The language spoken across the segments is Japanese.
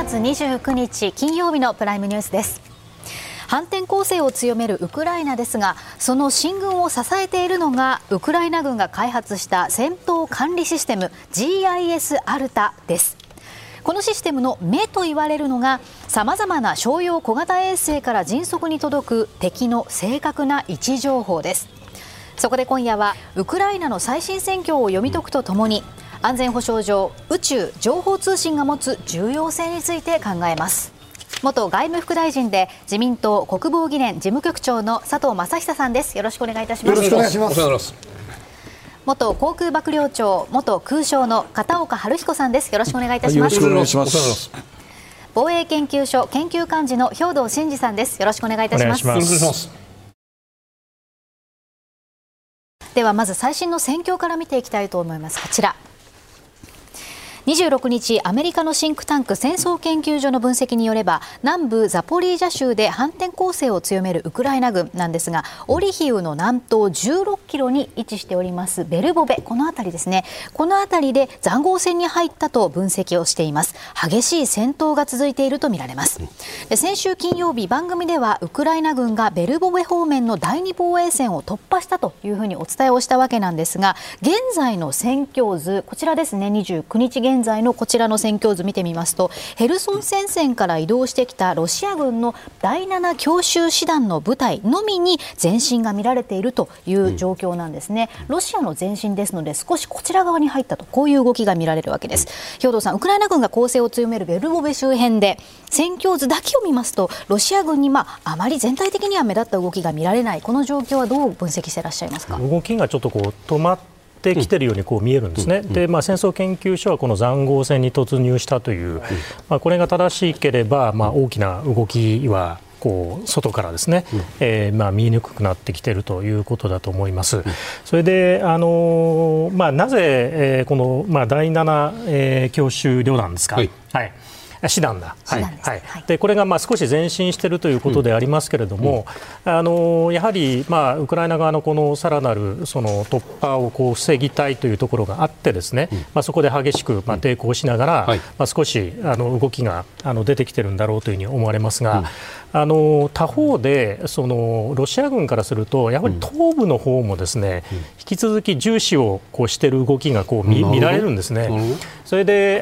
月29日金曜日のプライムニュースです。反転攻勢を強めるウクライナですが、その進軍を支えているのがウクライナ軍が開発した戦闘管理システム GIS アルタです。このシステムの目と言われるのが、さまざまな商用小型衛星から迅速に届く敵の正確な位置情報です。そこで今夜はウクライナの最新戦況を読み解くとともに、安全保障上宇宙情報通信が持つ重要性について考えます。元外務副大臣で自民党国防議連事務局長の佐藤正久さんです。よろしくお願いいたします。 よろしくお願いします。 元航空幕僚長元空将の片岡晴彦さんです。よろしくお願いいたします。 よろしくお願いします。 防衛研究所研究幹事の兵藤慎二さんです。よろしくお願いいたします。ではまず最新の戦況から見ていきたいと思います。こちら26日、アメリカのシンクタンク戦争研究所の分析によれば、南部ザポリージャ州で反転攻勢を強めるウクライナ軍なんですが、オリヒウの南東16キロに位置しておりますベルボベ、この辺りですね、この辺りで塹壕戦に入ったと分析をしています。激しい戦闘が続いているとみられます。先週金曜日、番組ではウクライナ軍がベルボベ方面の第2防衛線を突破したというふうにお伝えをしたわけなんですが、現在の戦況図、こちらですね、29日現在のこちらの戦況図見てみますと、ヘルソン戦線から移動してきたロシア軍の第7強襲師団の部隊のみに前進が見られているという状況なんですね。ロシアの前進ですので、少しこちら側に入ったと、こういう動きが見られるわけです。兵藤さん、ウクライナ軍が攻勢を強めるベルボベ周辺で戦況図だけを見ますと、ロシア軍にあまり全体的には目立った動きが見られない、この状況はどう分析していらっしゃいますか。 動きがちょっと止まってきているように見えるんですね。で、戦争研究所はこの塹壕戦に突入したという、これが正しければ、大きな動きは外からですね、見えにくくなってきているということだと思います。それでなぜ、この、第7、強襲旅団ですか、師団だ、でこれが少し前進しているということでありますけれども、やはり、ウクライナ側のこのさらなるその突破を防ぎたいというところがあってですね、そこで激しく抵抗しながら、少し動きが出てきているんだろうというふうに思われますが、他方でそのロシア軍からすると、やはり東部の方もですね、引き続き重視をしている動きが見られるんですね。それで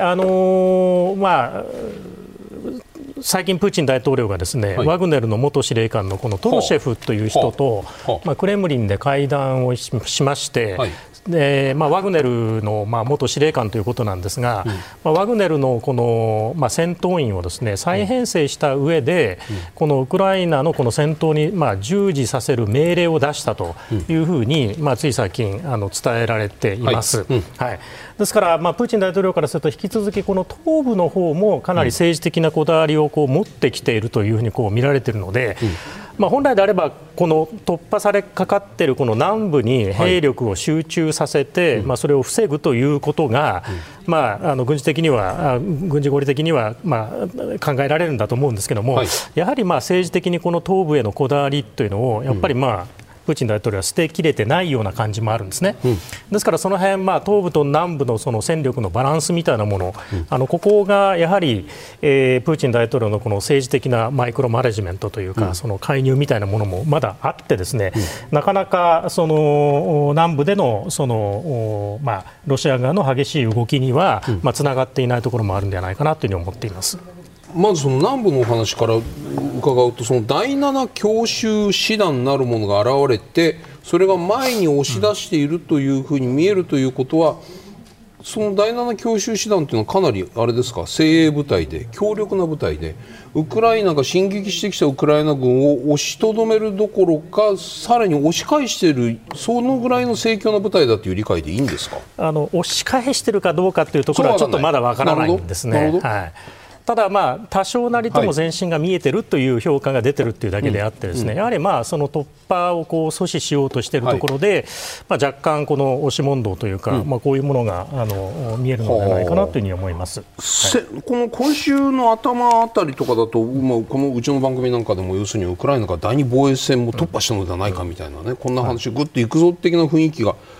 最近プーチン大統領がですね、ワグネルの元司令官のこのトロシェフという人とクレムリンで会談をしまして、でワグネルの元司令官ということなんですが、ワグネルのこの戦闘員をですね、再編成した上で、このウクライナのこの戦闘に従事させる命令を出したというふうに、つい最近伝えられています。ですから、プーチン大統領からすると、引き続きこの東部の方もかなり政治的なこだわりを持ってきているというふうに見られているので、本来であればこの突破されかかっているこの南部に兵力を集中させて、それを防ぐということが、軍事合理的には考えられるんだと思うんですけども、やはり政治的にこの東部へのこだわりというのをやっぱりプーチン大統領は捨てきれてないような感じもあるんですね。ですからその辺、東部と南部のその戦力のバランスみたいなもの、ここがやはり、プーチン大統領のこの政治的なマイクロマネジメントというか、その介入みたいなものもまだあってですね、なかなかその南部でのその、ロシア側の激しい動きにはつながっていないところもあるんではないかなというふうに思っています。 まずその南部のお話から伺うと、その第7強襲師団なるものが現れて、それが前に押し出しているというふうに見えるということは、その第7強襲師団というのはかなりあれですか、精鋭部隊で強力な部隊で、ウクライナが進撃してきたウクライナ軍を押しとどめるどころか、さらに押し返している、そのぐらいの盛況な部隊だという理解でいいんですか。 押し返しているかどうかというところはちょっとまだわからないんですね。ただ、多少なりとも前進が見えているという評価が出ているというだけであってですね、やはりその突破を阻止しようとしているところで、若干この押し問答というか、こういうものが見えるのではないかなというふうに思います。 この今週の頭あたりとかだと、このうちの番組なんかでも、要するにウクライナが第2防衛線も突破したのではないかみたいなね、こんな話、ぐっといくぞ的な雰囲気が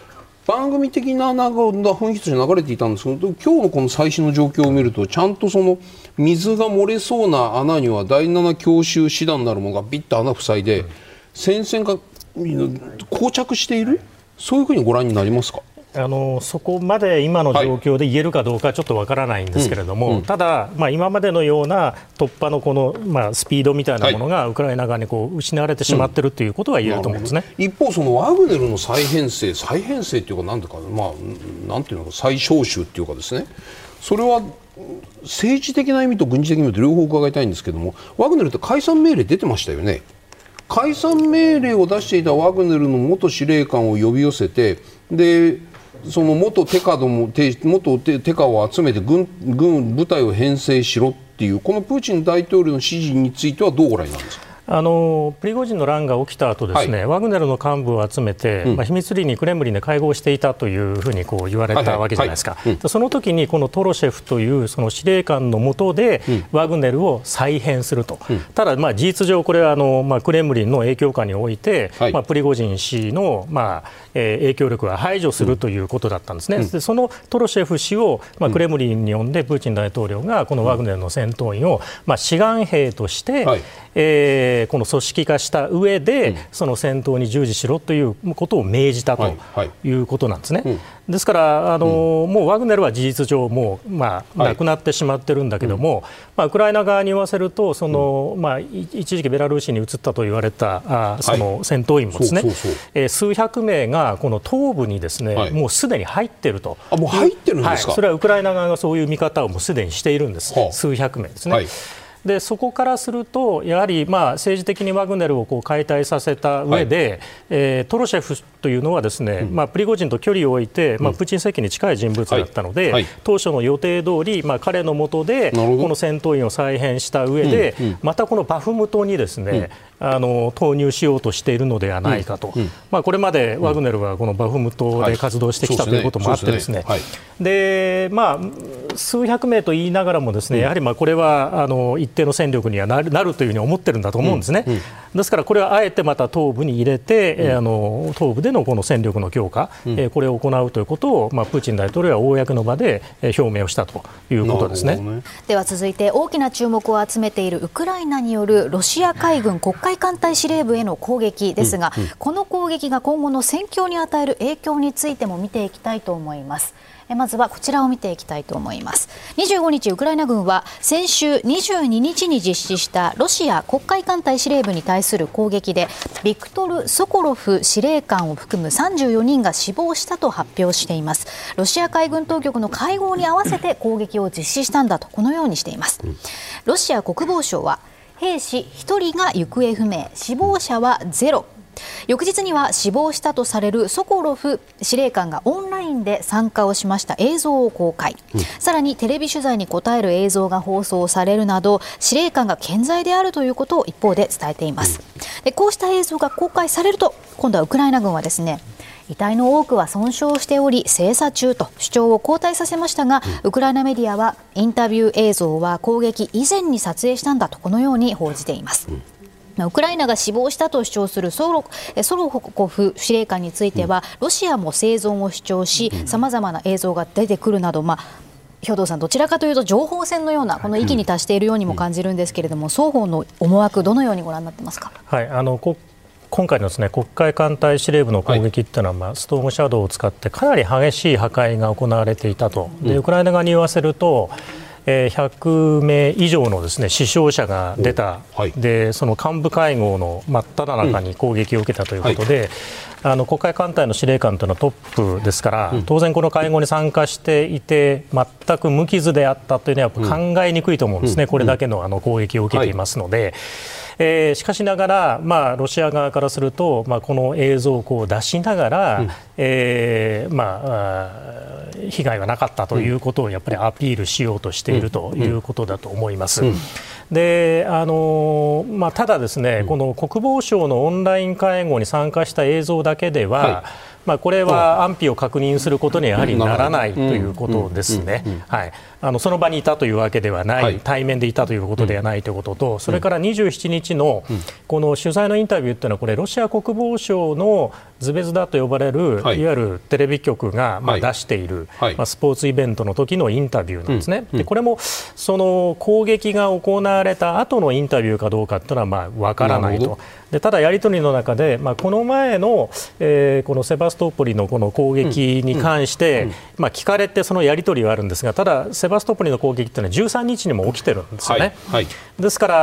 番組的な雰囲気として流れていたんですけど、今日のこの最新の状況を見るとちゃんとその水が漏れそうな穴には第7強襲師団なるものがビッと穴塞いで、戦線が膠着している、そういうふうにご覧になりますか。 そこまで今の状況で言えるかどうかちょっとわからないんですけれども、ただ、今までのような突破のこの、スピードみたいなものがウクライナ側に失われてしまっているということは言えると思うんですね。 一方、そのワグネルの再編成というか、なんていうのか、再招集というかですね、それは政治的な意味と軍事的な意味と両方伺いたいんですけども、ワグネルって解散命令出てましたよね。解散命令を出していたワグネルの元司令官を呼び寄せて、でその元テカを集めて軍部隊を編成しろっていう、このプーチン大統領の指示についてはどうご覧になるんですか。 プリゴジンの乱が起きた後ですね、ワグネルの幹部を集めて、秘密裏にクレムリンで会合していたというふうに言われたわけじゃないですか。その時にこのトロシェフというその司令官の下でワグネルを再編すると、ただ事実上これはクレムリンの影響下において、プリゴジン氏の影響力を排除するということだったんですね。でそのトロシェフ氏をクレムリンに呼んで、プーチン大統領がこのワグネルの戦闘員を志願兵として、この組織化した上で、その戦闘に従事しろということを命じたということなんですね。ですからもうワグネルは事実上もう、なくなってしまってるんだけども、ウクライナ側に言わせるとその、一時期ベラルーシに移ったと言われたその戦闘員もですね、数百名がこの東部にですね、もうすでに入っていると。 もう入ってるんですか。 それはウクライナ側がそういう見方をもうすでにしているんです。数百名ですね。でそこからすると、やはり政治的にワグネルを解体させた上で、トロシェフというのはですね、プリゴジンと距離を置いて、プーチン政権に近い人物だったので、当初の予定通り、彼の下でこの戦闘員を再編した上で、またこのバフムトにですね、投入しようとしているのではないかと、これまでワグネルはこのバフムトで活動してきたということもあってですね、で数百名と言いながらもですね、やはりこれは一定の戦力にはなるというふうに思ってるんだと思うんですね。ですからこれはあえてまた東部に入れて、東部でのこの戦力の強化、これを行うということを、プーチン大統領は公の場で表明をしたということですね。 では続いて、大きな注目を集めているウクライナによるロシア海軍黒海艦隊司令部への攻撃ですが、この攻撃が今後の戦況に与える影響についても見ていきたいと思います。まずはこちらを見ていきたいと思います。25日、ウクライナ軍は先週22日に実施したロシア黒海艦隊司令部に対する攻撃で、ビクトル・ソコロフ司令官を含む34人が死亡したと発表しています。ロシア海軍当局の会合に合わせて攻撃を実施したんだと、このようにしています。ロシア国防省は兵士1人が行方不明、死亡者はゼロ。翌日には死亡したとされるソコロフ司令官がオンラインで参加をしました映像を公開、さらにテレビ取材に答える映像が放送されるなど、司令官が健在であるということを一方で伝えています。でこうした映像が公開されると、今度はウクライナ軍はですね、遺体の多くは損傷しており精査中と主張を後退させましたが、ウクライナメディアはインタビュー映像は攻撃以前に撮影したんだと、このように報じています。ウクライナが死亡したと主張するソロコフ司令官については、ロシアも生存を主張し、さまざまな映像が出てくるなど、兵頭さん、どちらかというと情報戦のようなこの域に達しているようにも感じるんですけれども、双方の思惑、どのようにご覧になってますか。 今回のですね、黒海艦隊司令部の攻撃っていうのは、ストームシャドウを使ってかなり激しい破壊が行われていたと。でウクライナ側に言わせると、100名以上のですね、死傷者が出た、でその幹部会合の真っ只中に攻撃を受けたということで、黒海艦隊の司令官というのはトップですから、当然この会合に参加していて全く無傷であったというのはやっぱ考えにくいと思うんですね。これだけの攻撃を受けていますので。しかしながら、ロシア側からすると、この映像を出しながら、被害はなかったということをやっぱりアピールしようとしているということだと思います。でただですね、この国防省のオンライン会合に参加した映像だけでは、これは安否を確認することにやはりならないということですね。その場にいたというわけではない、対面でいたということではないということと、それから27日のこの取材のインタビューというのは、これロシア国防省のズベズダと呼ばれる、いわゆるテレビ局が出している、スポーツイベントの時のインタビューなんですね。でこれもその攻撃が行われた後のインタビューかどうかっていうのは分からないと。でただやり取りの中で、この前の、このセバストポリのこの攻撃に関して、聞かれてそのやり取りはあるんですが、ただセバストポリの攻撃っていうのは13日にも起きてるんですよね。ですから、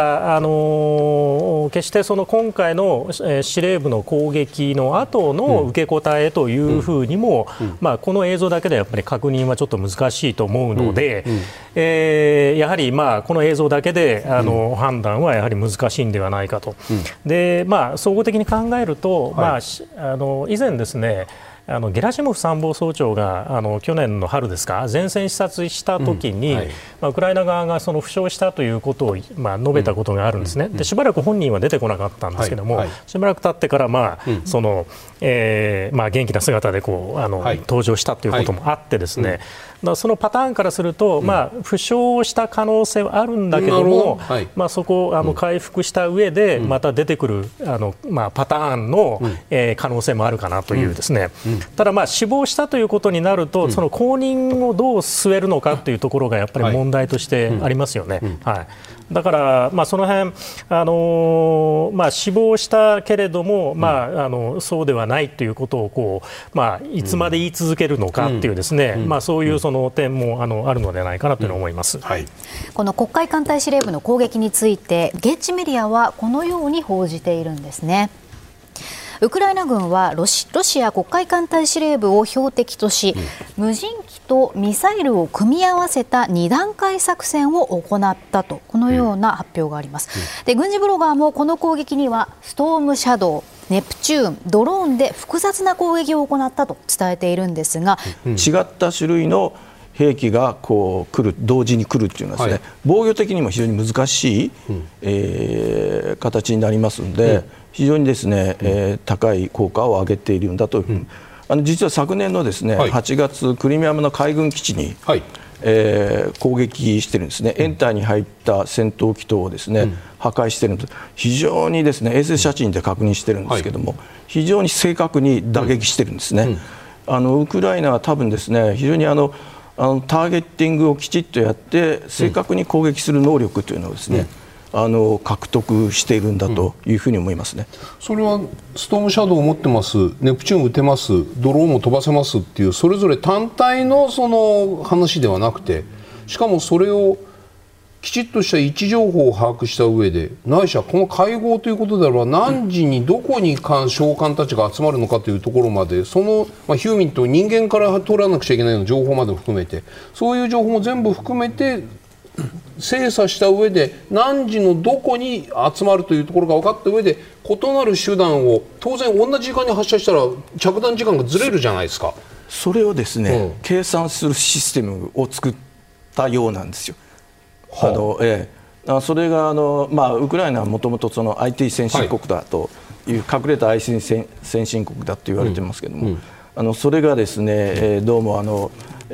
決してその今回の司令部の攻撃の後の受け答えというふうにも、この映像だけでやっぱり確認はちょっと難しいと思うので、やはりこの映像だけで判断はやはり難しいんではないかと。で総合的に考えると、以前ですね、ゲラシモフ参謀総長が去年の春ですか、前線視察したときに、ウクライナ側がその負傷したということを述べたことがあるんですね。でしばらく本人は出てこなかったんですけども、しばらく経ってからその元気な姿で登場したということもあってですね、そのパターンからすると、負傷した可能性はあるんだけども、そこを回復した上でまた出てくるパターンの可能性もあるかなというですね。ただ死亡したということになると、その後任をどう据えるのかというところがやっぱり問題としてありますよね。だから、その辺死亡したけれども、そうではないということをいつまで言い続けるのかというですね、そういうその点もあるのではないかなというのを思います。 この黒海艦隊司令部の攻撃について、現地メディアはこのように報じているんですね。ウクライナ軍はロシア黒海艦隊司令部を標的とし、無人機とミサイルを組み合わせた2段階作戦を行ったと、このような発表があります。で軍事ブロガーもこの攻撃にはストームシャドウ、ネプチューン、ドローンで複雑な攻撃を行ったと伝えているんですが、 違った種類の兵器が来る、同時に来るっていうのはですね、防御的にも非常に難しい、形になりますので、非常にですね、高い効果を上げているんだというふうに、実は昨年のですね、8月クリミアの海軍基地に、攻撃してるんですね。エンターに入った戦闘機等をですね、破壊してるんです。非常にですね、衛星写真で確認してるんですけども、非常に正確に打撃してるんですね。ウクライナは多分ですね、非常にターゲッティングをきちっとやって正確に攻撃する能力というのをですね、獲得しているんだというふうに思いますね。 それはストームシャドウを持ってます、ネプチューン撃てます、ドローンも飛ばせますっていうそれぞれ単体のその話ではなくて、しかもそれをきちっとした位置情報を把握した上で、ないしはこの会合ということであれば何時にどこに将官たちが集まるのかというところまで、その、ヒューミンと人間から取らなくちゃいけないような情報まで含めて、そういう情報も全部含めて精査した上で何時のどこに集まるというところが分かった上で、異なる手段を当然同じ時間に発射したら着弾時間がずれるじゃないですか。 それをですね、計算するシステムを作ったようなんですよ。それがウクライナはもともとIT 先進国だという、隠れた IT 先進国だと言われてますけども、それがですね、どうも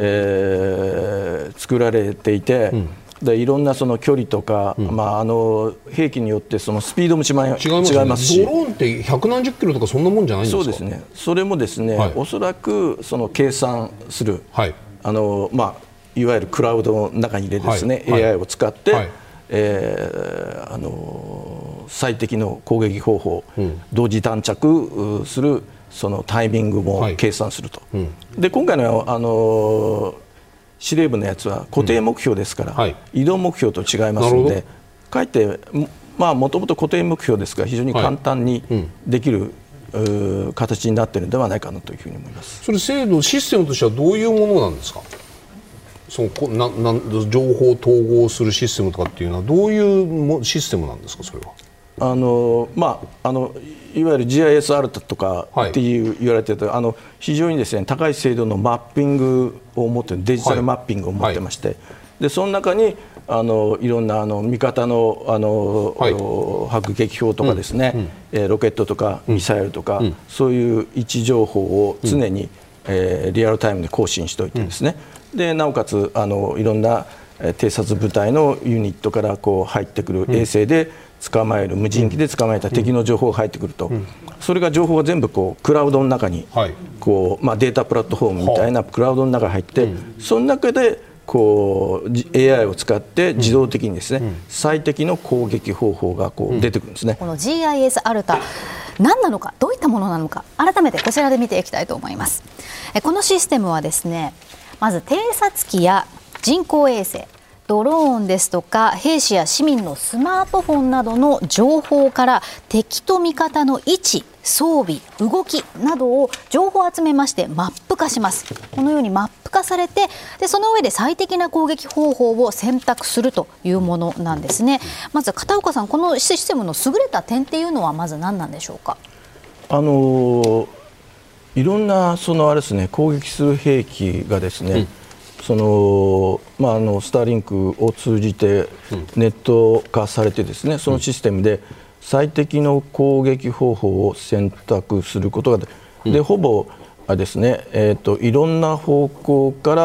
作られていて、でいろんなその距離とか、兵器によってそのスピードも違いますし、 ドローンって百何十キロとかそんなもんじゃないんですか。 そうですね。それもですね、おそらくその計算する、いわゆるクラウドの中に入れですね、AI を使って、最適の攻撃方法、同時弾着するそのタイミングも計算すると。で今回の司令部のやつは固定目標ですから、移動目標と違いますので、かえってもともと固定目標ですから非常に簡単にできる、形になっているのではないかなというふうに思います。 それ制度システムとしてはどういうものなんですか。その情報統合するシステムとかっていうのはどういうシステムなんですか。それはいわゆる GIS アルタとかって言われている非常にですね、高い精度のマッピングを持っている、デジタルマッピングを持ってまして、でその中にいろんな味方の迫撃砲とかですね、ロケットとかミサイルとか、そういう位置情報を常にリアルタイムで更新しておいてですね、でなおかついろんな偵察部隊のユニットからこう入ってくる衛星で捕まえる、無人機で捕まえた敵の情報が入ってくると、それが情報が全部こうクラウドの中にこう、データプラットフォームみたいなクラウドの中に入って、その中でこう AI を使って自動的にですね、最適の攻撃方法がこう出てくるんですね。 この GIS アルタ何なのか、どういったものなのか、改めてこちらで見ていきたいと思います。このシステムはですね、まず偵察機や人工衛星、ドローンですとか兵士や市民のスマートフォンなどの情報から敵と味方の位置、装備、動きなどを情報を集めましてマップ化します。このようにマップ化されて、でその上で最適な攻撃方法を選択するというものなんですね。まず片岡さん、このシステムの優れた点っていうのはまず何なんでしょうか。 いろんなあれですね、攻撃する兵器がですね、スターリンクを通じてネット化されてですね、そのシステムで最適の攻撃方法を選択することがで、ほぼですね、いろんな方向から、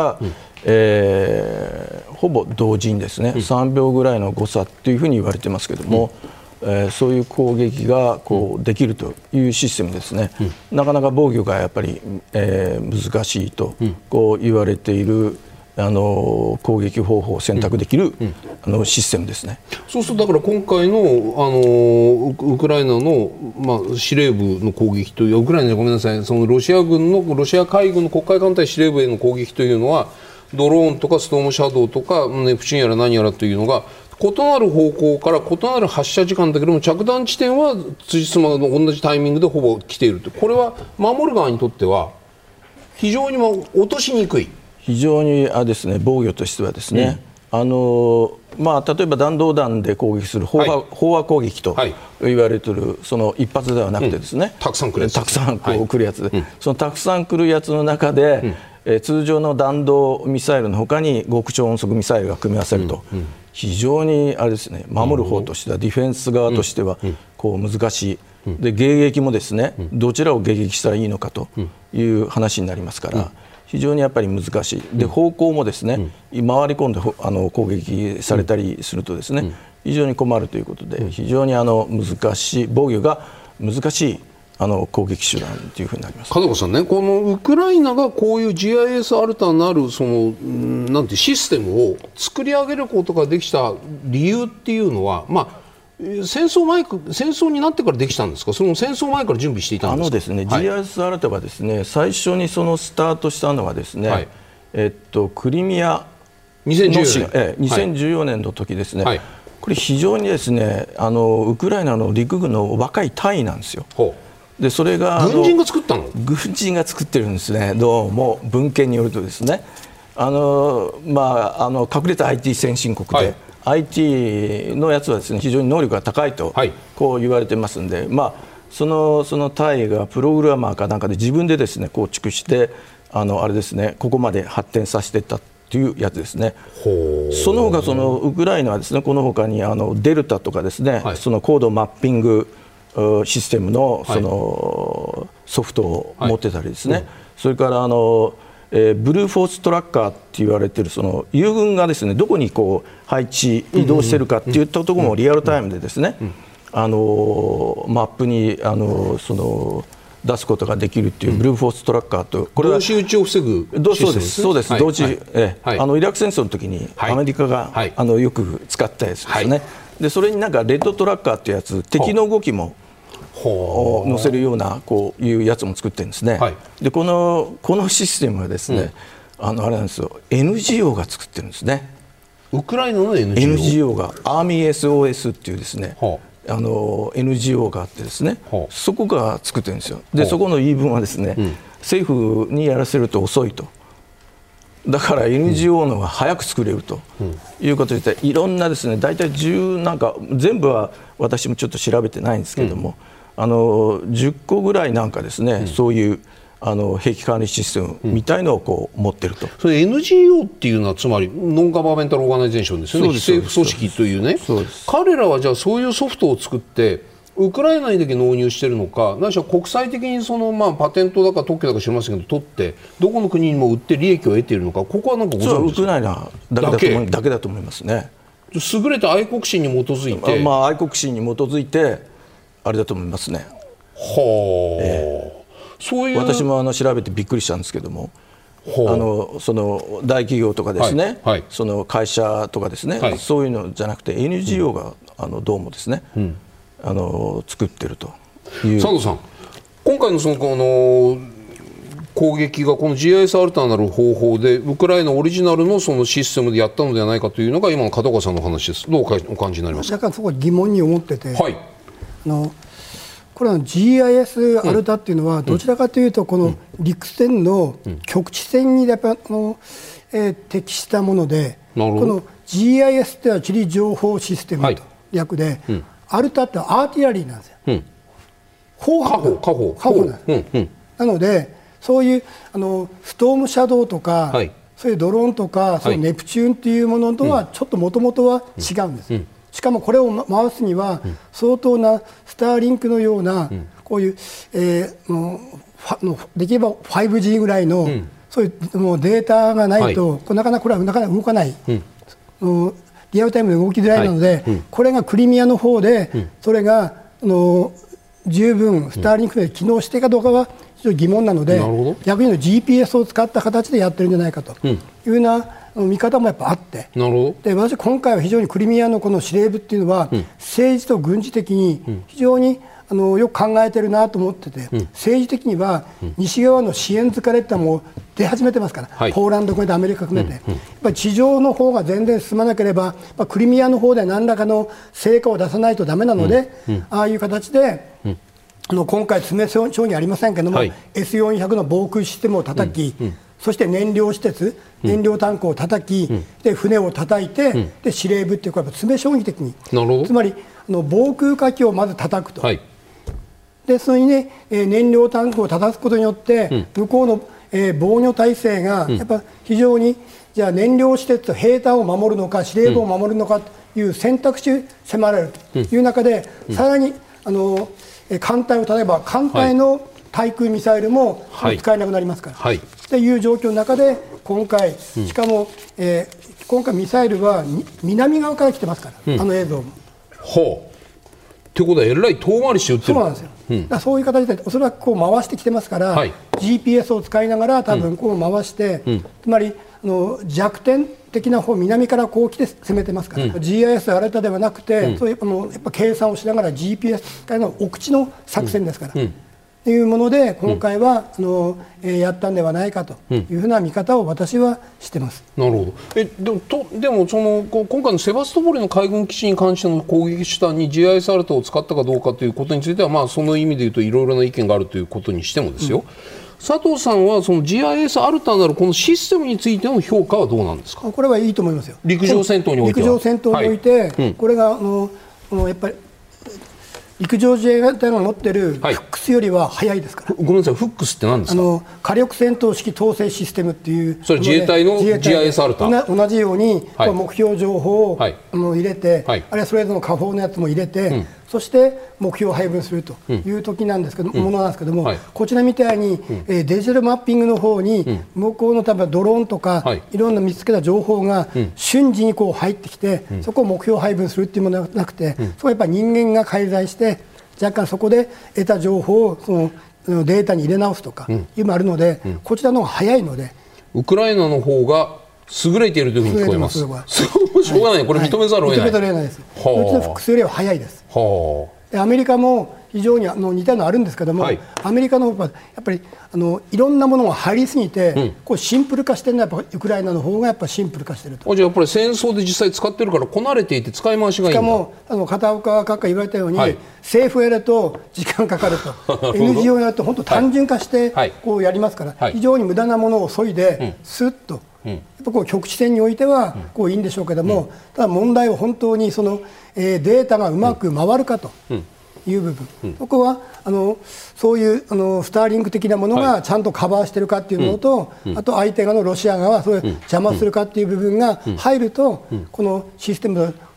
ほぼ同時にですね、3秒ぐらいの誤差というふうに言われてますけれども、そういう攻撃がこうできるというシステムですね。なかなか防御がやっぱり、難しいとこう言われている攻撃方法を選択できる、システムですね。 そうするとだから今回の、ウクライナの、司令部の攻撃という、ウクライナごめんなさい、そのロシア海軍の黒海艦隊司令部への攻撃というのはドローンとかストームシャドウとかネプチューンやら何やらというのが異なる方向から異なる発射時間だけども着弾地点は辻褄の同じタイミングでほぼ来ていると、これは守る側にとっては非常に落としにくい。 非常にですね、防御としてはですね、例えば弾道弾で攻撃する飽和攻撃と言われている、その一発ではなくてですね、 たくさん来るやつ、 たくさん来るやつで、そのたくさん来るやつの中で、通常の弾道ミサイルのほかに極超音速ミサイルが組み合わせると、非常にですね、守る方としては、ディフェンス側としてはこう難しい、で迎撃もですね、どちらを迎撃したらいいのかという話になりますから、非常にやっぱり難しい。で方向もですね、回り込んで攻撃されたりするとですね、非常に困るということで、非常に難しい、防御が難しい攻撃手段というふうになります。 片岡さんね、このウクライナがこういう GIS アルタなるそのなんてシステムを作り上げることができた理由っていうのは、戦争になってからできたんですか、その戦争前から準備していたんですか。 ですね、GIS アルタはですね、最初にそのスタートしたのはですね、クリミアの2014年の時ですね、これ非常にですね、ウクライナの陸軍の若い隊員なんですよ。でそれが軍人が作ったの？ 軍人が作ってるんですね。どうも文献によるとですね、隠れた IT 先進国で、IT のやつはですね、非常に能力が高いとこう言われてますんで、その隊がプログラマーかなんかで自分でですね構築してあれですね、ここまで発展させていったというやつですね。その他ウクライナはですね、この他にデルタとかですね、その高度マッピングシステムのソフトを持ってたりですね、それからブルーフォーストラッカーって言われているその友軍がですね、どこにこう配置移動しているかっていったところもリアルタイムでですね、マップに出すことができるっていうブルーフォーストラッカーと、これは同時撃ちを防ぐシステムですね。 そうです、同時、イラク戦争の時にアメリカがよく使ったやつですね。でそれになんかレッドトラッカーっていうやつ、敵の動きも載せるようなこういうやつも作ってるんですね。でこのシステムはですね、あれなんですよ、NGO が作ってるんですね。 ウクライナの NGO がアーミー SOS っていうですね、NGO があってですね、そこが作ってるんですよ。でそこの言い分はですね、政府にやらせると遅いと、だから NGO の方が早く作れるということで、いろんなですね、大体なんか全部は私もちょっと調べてないんですけれども、10個ぐらいなんかですね、そういう兵器管理システムみたいのをこう持ってると。 それ NGO っていうのはつまりノンガバメンタルオーガナイゼーションですよね。非政府組織というね。彼らはじゃあそういうソフトを作ってウクライナにだけ納入しているのか、ないしは国際的にパテントだか特許だか知りませんけど取ってどこの国にも売って利益を得ているのか、ここはなんかご存知ですか？ ウクライナだけだと思いますね。 優れた愛国心に基づいて、 愛国心に基づいてあれだと思いますね。 そういう、 私も調べてびっくりしたんですけども、その大企業とかですね、その会社とかですね、そういうのじゃなくて NGO がどうもですね、作ってるという。 佐藤さん、今回のこの攻撃がこの GIS アルタなる方法でウクライナオリジナルのそのシステムでやったのではないかというのが今の片岡さんの話です。どうお感じになりますか？ 若干そこ疑問に思ってて、これは GIS アルタっていうのはどちらかというとこの陸戦の局地戦にやっぱ適したもので、この GIS っては地理情報システムと略で、アルタってアーティラリーなんですよ。砲なんです。なのでそういうストームシャドウとか、そういうドローンとか、そのネプチューンっていうものとはちょっともともとは違うんです。しかもこれを回すには相当なスターリンクのようなこういうできれば 5G ぐらいのそういうもうデータがないとなかなかこれはなかなか動かない、リアルタイムで動きづらいので、これがクリミアの方でそれが十分スターリンクで機能しているかどうかは非常に疑問なので、逆に言うと GPS を使った形でやってるんじゃないかというような見方もやっぱあって、で私今回は非常にクリミアのこの司令部っていうのは、政治と軍事的に非常によく考えてるなと思ってて、政治的には西側の支援疲れってのはもう出始めてますから、ポーランド含めてアメリカ含めて、やっぱり地上の方が全然進まなければ、クリミアの方で何らかの成果を出さないとダメなので、ああいう形で今回詰め将にありませんけども、S400 の防空システムを叩き、そして燃料施設、燃料タンクを叩き、で船を叩いて、で司令部っていうか詰め将棋的に、つまり防空火器をまず叩くと、でそれに、ね、燃料タンクを叩くことによって、向こうの、防御体制がやっぱ非常に、じゃあ燃料施設、兵隊を守るのか、司令部を守るのかという選択肢を迫られるという中で、さらに艦隊を例えば艦隊の対空ミサイルも使えなくなりますから、という状況の中で今回、しかも、今回ミサイルは南側から来てますから、映像も。 ということはえらい遠回りして撃ってる。 そうなんですよ。だそういう形でおそらくこう回してきてますから、GPS を使いながら多分こう回して、つまり弱点的な方南からこう来て攻めてますから、GIS アルタではなくて、そういうやっぱ計算をしながら GPS からの奥地の作戦ですから。というもので今回は、やったんではないかというふうな見方を私はしてます。 なるほど。でも今回のセバストポリの海軍基地に関しての攻撃手段に GIS アルタを使ったかどうかということについては、その意味でいうといろいろな意見があるということにしてもですよ、佐藤さんはその GIS アルタなるこのシステムについての評価はどうなんですか？ これはいいと思いますよ。 陸上戦闘においては。 陸上戦闘において、これがやっぱり陸上自衛隊が持っているフックスよりは早いですから。 ごめんなさい、フックスって何ですか？ 火力戦闘式統制システムっていう、 それ自衛隊の GIS アルタ同じように、目標情報を、入れて、あるいはそれぞれの下方のやつも入れて、そして目標を配分するという時なんですけど、ものなんですけども、こちらみたいに、デジタルマッピングの方に、向こうの例えばドローンとか、いろんな見つけた情報が瞬時にこう入ってきて、そこを目標配分するっていうものではなくて、そこはやっぱり人間が介在して若干そこで得た情報をそのデータに入れ直すとかいうのもあるので、こちらの方が早いので、 ウクライナの方が優れているというふうに聞こえます。そうしょうがない、これ認めざるを得ない。 認めざるを得ないです。うちの複数よりは早いです。でアメリカも非常に似たのあるんですけども、アメリカのやっぱりいろんなものが入りすぎて、こうシンプル化してるのはやっぱウクライナの方がやっぱシンプル化してると。 じゃあやっぱり戦争で実際使ってるからこなれていて使い回しがいいんだ。 しかも片岡閣下言われたように、政府やると時間かかるとNGO やると本当単純化してこうやりますから、非常に無駄なものを削いでスッと。やっぱこう局地戦においてはこういいんでしょうけども、ただ問題は本当にそのデータがうまく回るかという部分、そこはそういうスターリンク的なものがちゃんとカバーしているかというのと、あと相手側のロシア側はそれを邪魔するかという部分が入ると、このシステム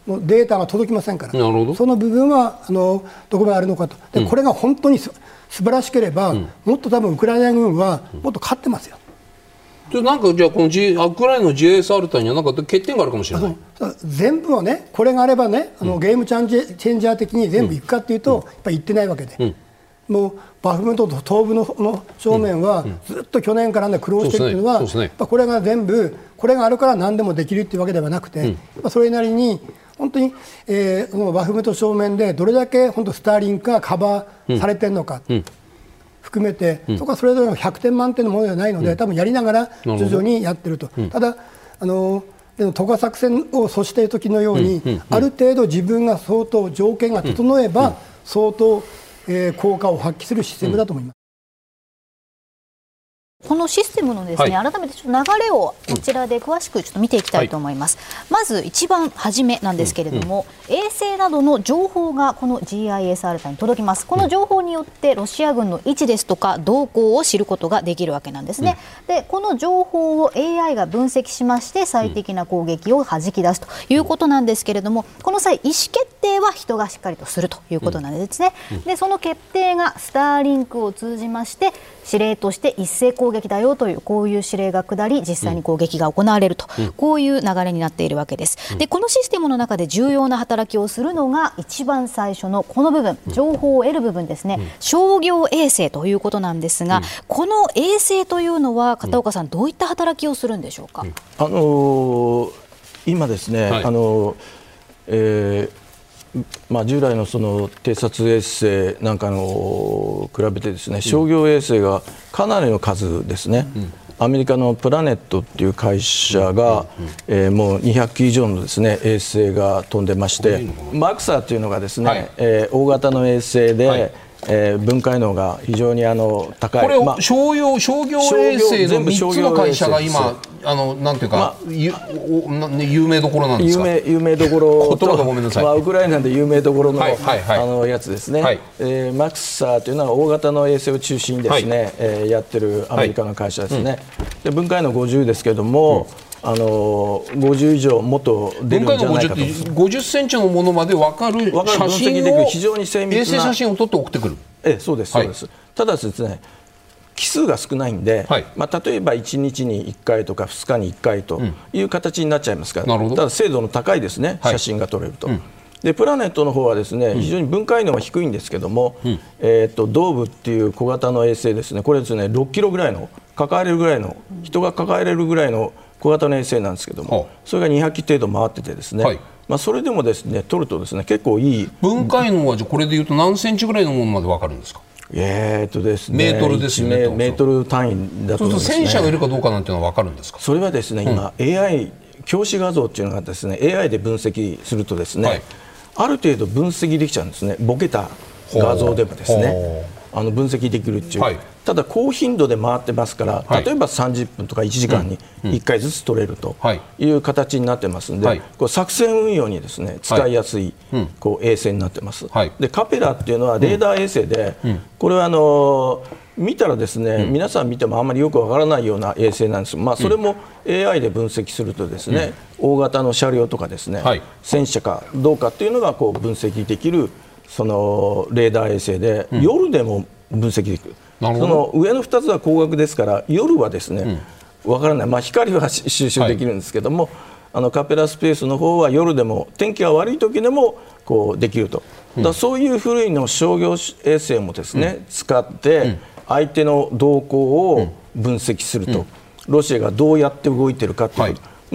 データが届きませんから、 なるほど。 その部分はどこまであるのかと。でこれが本当に素晴らしければ、もっと多分ウクライナ軍はもっと勝ってますよ。 なんかじゃあこの、ウクライナの GSR 隊にはなんか欠点があるかもしれない。 全部をね、これがあればね、ゲームチェンジャー的に全部いくかっていうと、やっぱりいってないわけで、もうバフムトと東部の正面はずっと去年から苦労しているというのは、やっぱこれが全部これがあるから何でもできるっていうわけではなくて、やっぱそれなりに本当に、バフムト正面でどれだけ本当スターリンクがカバーされてるのか。含めて、そこはそれぞれの100点満点のものではないので、多分やりながら徐々にやってると。ただ渡河作戦を阻止している時のように、ある程度自分が相当条件が整えば、相当、効果を発揮するシステムだと思います。 このシステムのですね、改めてちょっと流れをこちらで詳しくちょっと見ていきたいと思います。まず一番初めなんですけれども、衛星などの情報がこの GISR 隊に届きます。この情報によってロシア軍の位置ですとか動向を知ることができるわけなんですね。でこの情報を AI が分析しまして最適な攻撃を弾き出すということなんですけれども、この際意思決定は人がしっかりとするということなんですね。でその決定がスターリンクを通じまして指令として一斉攻撃だよというこういう指令が下り実際に攻撃が行われると、こういう流れになっているわけです。でこのシステムの中で重要な働きをするのが一番最初のこの部分、情報を得る部分ですね、商業衛星ということなんですが、この衛星というのは片岡さん、どういった働きをするんでしょうか。 今ですね、従来のその偵察衛星なんかの比べてですね、商業衛星がかなりの数ですね。アメリカのプラネットっていう会社が、もう200機以上のですね衛星が飛んでまして、マクサーというのがですね、大型の衛星で、分解能が非常に高い。 これ、商業衛星の3つの会社が今なんていうか、有名どころなんですか。 有名どころと、 ごめんなさい、 ウクライナで有名どころの、やつですね。マクサーというのは大型の衛星を中心にですね、やってるアメリカの会社ですね。で分解能50ですけれども、50以上もっと出るんじゃないかと。 50センチのものまで分かる写真を、 非常に精密な衛星写真を撮って送ってくる。 そうです、そうです。ただですね、機数が少ないんで、例えば1日に1回とか2日に1回という形になっちゃいますから、ただ精度の高いですね、写真が撮れると。でプラネットの方はですね、非常に分解能は低いんですけども、ドーブっていう小型の衛星ですね、これですね6キロぐらいの抱えれるぐらいの、人が抱えれるぐらいの小型の衛星なんですけども、それが200機程度回っててですね、それでもですね撮るとですね結構いい。 分解能はこれでいうと何センチぐらいのものまで分かるんですか。 ですね、 メートルですよね。 メートル単位だと思いますね。 戦車がいるかどうかなんていうのは分かるんですか。 それはですね、今 AI 教師画像っていうのがですね AI で分析するとですね、ある程度分析できちゃうんですね。ボケた画像でもですね分析できるっていう、ただ高頻度で回ってますから、例えば30分とか1時間に1回ずつ取れるという形になってますので、こう作戦運用にですね使いやすいこう衛星になってます。でカペラっていうのはレーダー衛星で、これは見たらですね、皆さん見てもあんまりよくわからないような衛星なんです。それも AI で分析するとですね、大型の車両とかですね、戦車かどうかっていうのがこう分析できるそのレーダー衛星で、夜でも分析できる。その上の2つは光学ですから、夜はですね、わからない、光は収集できるんですけども、カペラスペースの方は夜でも天気が悪い時でもこうできると。だそういう古いの商業衛星もですね、使って相手の動向を分析すると、ロシアがどうやって動いているかということ、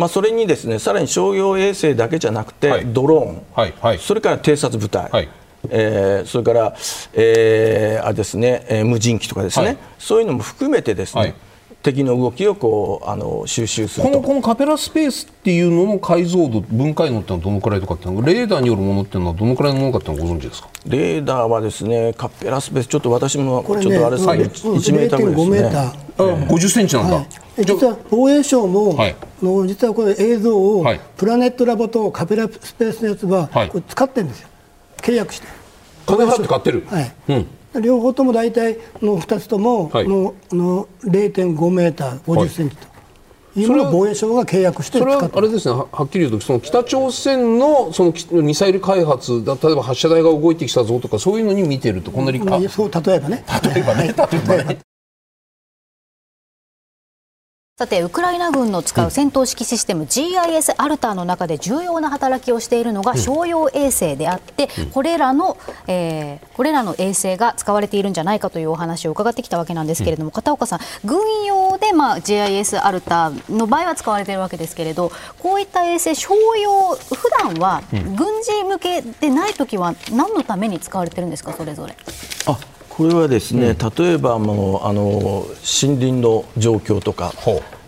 それにですねさらに商業衛星だけじゃなくて、ドローン、それから偵察部隊、それから、あれですね、無人機とかですね、そういうのも含めてですね、敵の動きをこう収集すると。 このカペラスペースっていうのの解像度、分解能ってのはどのくらいとかっていうのは、レーダーによるものっていうのはどのくらいのものかっていうのはご存知ですか。 レーダーはですね、カペラスペースちょっと私もちょっとあれですけど、1メーターぐらいですね。 50センチなんだ。 実は防衛省も、実はこの映像を、プラネットラボとカペラスペースのやつは、これ使ってるんですよ。契約して金払って買ってる。 両方とも大体の2つとも、0.5メーター50センチというものを防衛省が契約して使っている。 それはあれですね、はっきり言うとその北朝鮮のそのミサイル開発だ、例えば発射台が動いてきたぞとかそういうのに見てるとこんなにそう例えばね。 さてウクライナ軍の使う戦闘指揮システム、GIS アルターの中で重要な働きをしているのが商用衛星であって、これらの衛星が使われているんじゃないかというお話を伺ってきたわけなんですけれども、片岡さん、軍用で、GIS アルターの場合は使われているわけですけれど、こういった衛星商用、普段は軍事向けでないときは何のために使われているんですか、それぞれ。 これはですね、例えば森林の状況とか、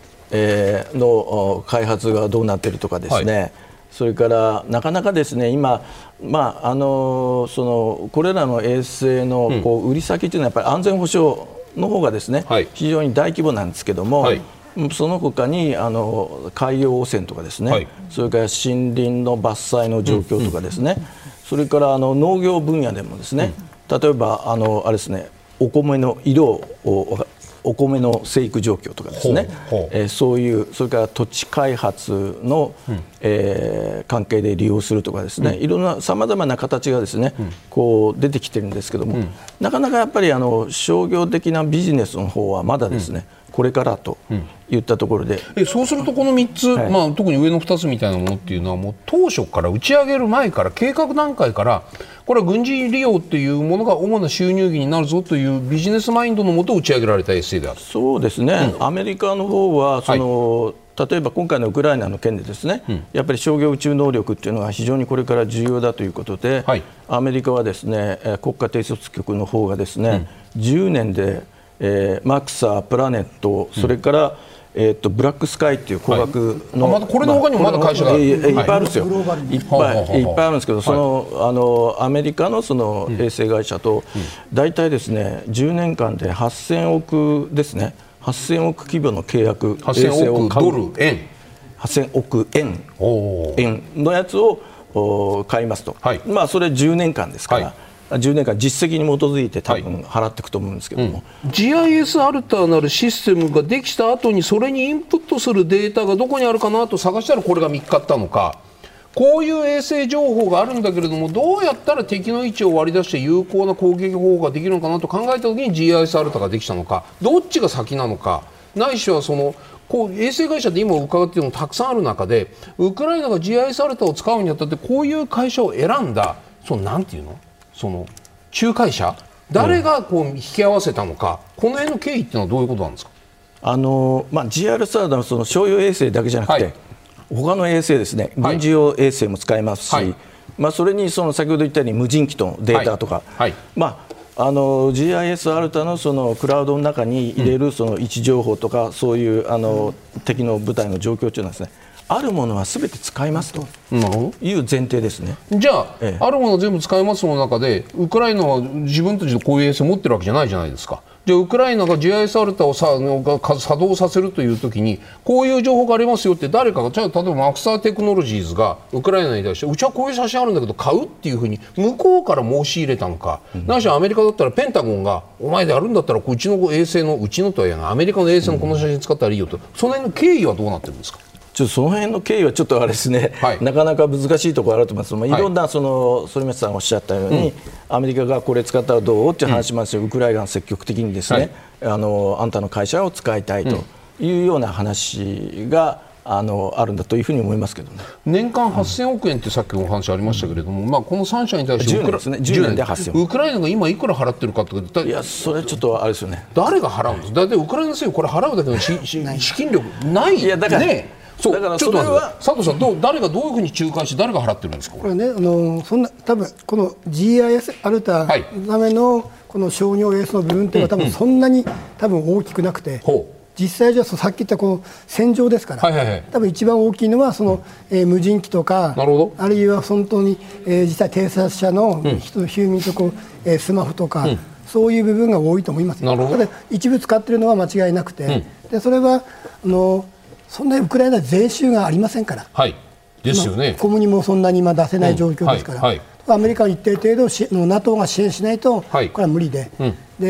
の開発がどうなっているとかですね、それからなかなかですね今、これらの衛星の売り先というのはやっぱり安全保障の方がですね、非常に大規模なんですけども、その他に海洋汚染とかですね、それから森林の伐採の状況とかですね、それから農業分野でもですね、例えばあれですね、お米の色をお米の生育状況とかですね、そういう、それから土地開発の、関係で利用するとかですね、いろんなさまざまな形がですね、こう出てきてるんですけども、なかなかやっぱり商業的なビジネスの方はまだですね、これからといったところで、 そうするとこの3つ、特に上の2つみたいなものっていうのはもう当初から打ち上げる前から計画段階からこれは軍事利用というものが主な収入源になるぞというビジネスマインドのもと打ち上げられた衛星である。 そうですね、アメリカの方は例えば今回のウクライナの件でですね、やっぱり商業宇宙能力というのは非常にこれから重要だということで、アメリカはですね国家偵察局の方がですね、10年でマクサー、プラネット、それから、ブラックスカイっていう工学の、 これの他にもまだ会社がいっぱいあるんですよ、いっぱいあるんですけど、アメリカのその衛星会社と大体ですね10年間で8000億ですね、8000億規模の契約、衛星を買う、8000億円のやつを買いますと、それ10年間ですから。10年間実績に基づいて多分払っていくと思うんですけども、 GIS アルターなるシステムができた後にそれにインプットするデータがどこにあるかなと探したらこれが見つかったのか、こういう衛星情報があるんだけれどもどうやったら敵の位置を割り出して有効な攻撃方法ができるのかなと考えた時に GIS アルターができたのか、どっちが先なのか、ないしは衛星会社で今伺っているのたくさんある中でウクライナが GIS アルターを使うにあたってこういう会社を選んだ、なんていうの、仲介者、誰が引き合わせたのか、この辺の経緯っていうのはどういうことなんですか。 GIS アルターの商用衛星だけじゃなくて、他の衛星ですね、軍事用衛星も使えますし、それに先ほど言ったように無人機とのデータとか、GIS アルタのクラウドの中に入れる位置情報とか、そういう敵の部隊の状況というのはですね、あるものはすべて使いますという前提ですね。 じゃあ、あるもの全部使いますの中でウクライナは自分たちでこういう衛星を持ってるわけじゃないじゃないですか。じゃあウクライナが GIS アルタを作動させるというときにこういう情報がありますよって誰かが、じゃあ例えばマクサーテクノロジーズがウクライナに対してうちはこういう写真あるんだけど買うっていうふうに向こうから申し入れたのか、ないしはアメリカだったらペンタゴンがお前でやるんだったらうちの衛星のうちのとは言わないアメリカの衛星のこの写真使ったらいいよと、その辺の経緯はどうなってるんですか。 その辺の経緯はちょっとあれですね、なかなか難しいところあると思います。いろんな反町さんおっしゃったように、アメリカがこれ使ったらどうっていう話もあるし、ウクライナが積極的にですね、あんたの会社を使いたいというような話があるんだというふうに思いますけどね。 年間8000億円ってさっきのお話ありましたけれども、この3社に対して 10年ですね、10年で8000億。 ウクライナが今いくら払ってるかって、 いやそれちょっとあれですよね。 誰が払うんです。だってウクライナ政府これ払うだけの資金力ない。いやだからね。だからそれは佐藤さん、誰がどういうふうに仲介して誰が払ってるんですか。 これね、そんな多分この GIS アルタのためのこの商業衛星の部分っていうのは多分そんなに多分大きくなくて、実際じゃさっき言ったこの戦場ですから、多分一番大きいのは無人機とか、あるいは本当に実際偵察者の人のヒューミンとスマホとか、そういう部分が多いと思いますよ。ただ一部使っているのは間違いなくて、でそれはそんなにウクライナ税収がありませんから、 ですよね。 小麦もそんなに今出せない状況ですから、アメリカは一定程度NATO が支援しないとこれは無理で、で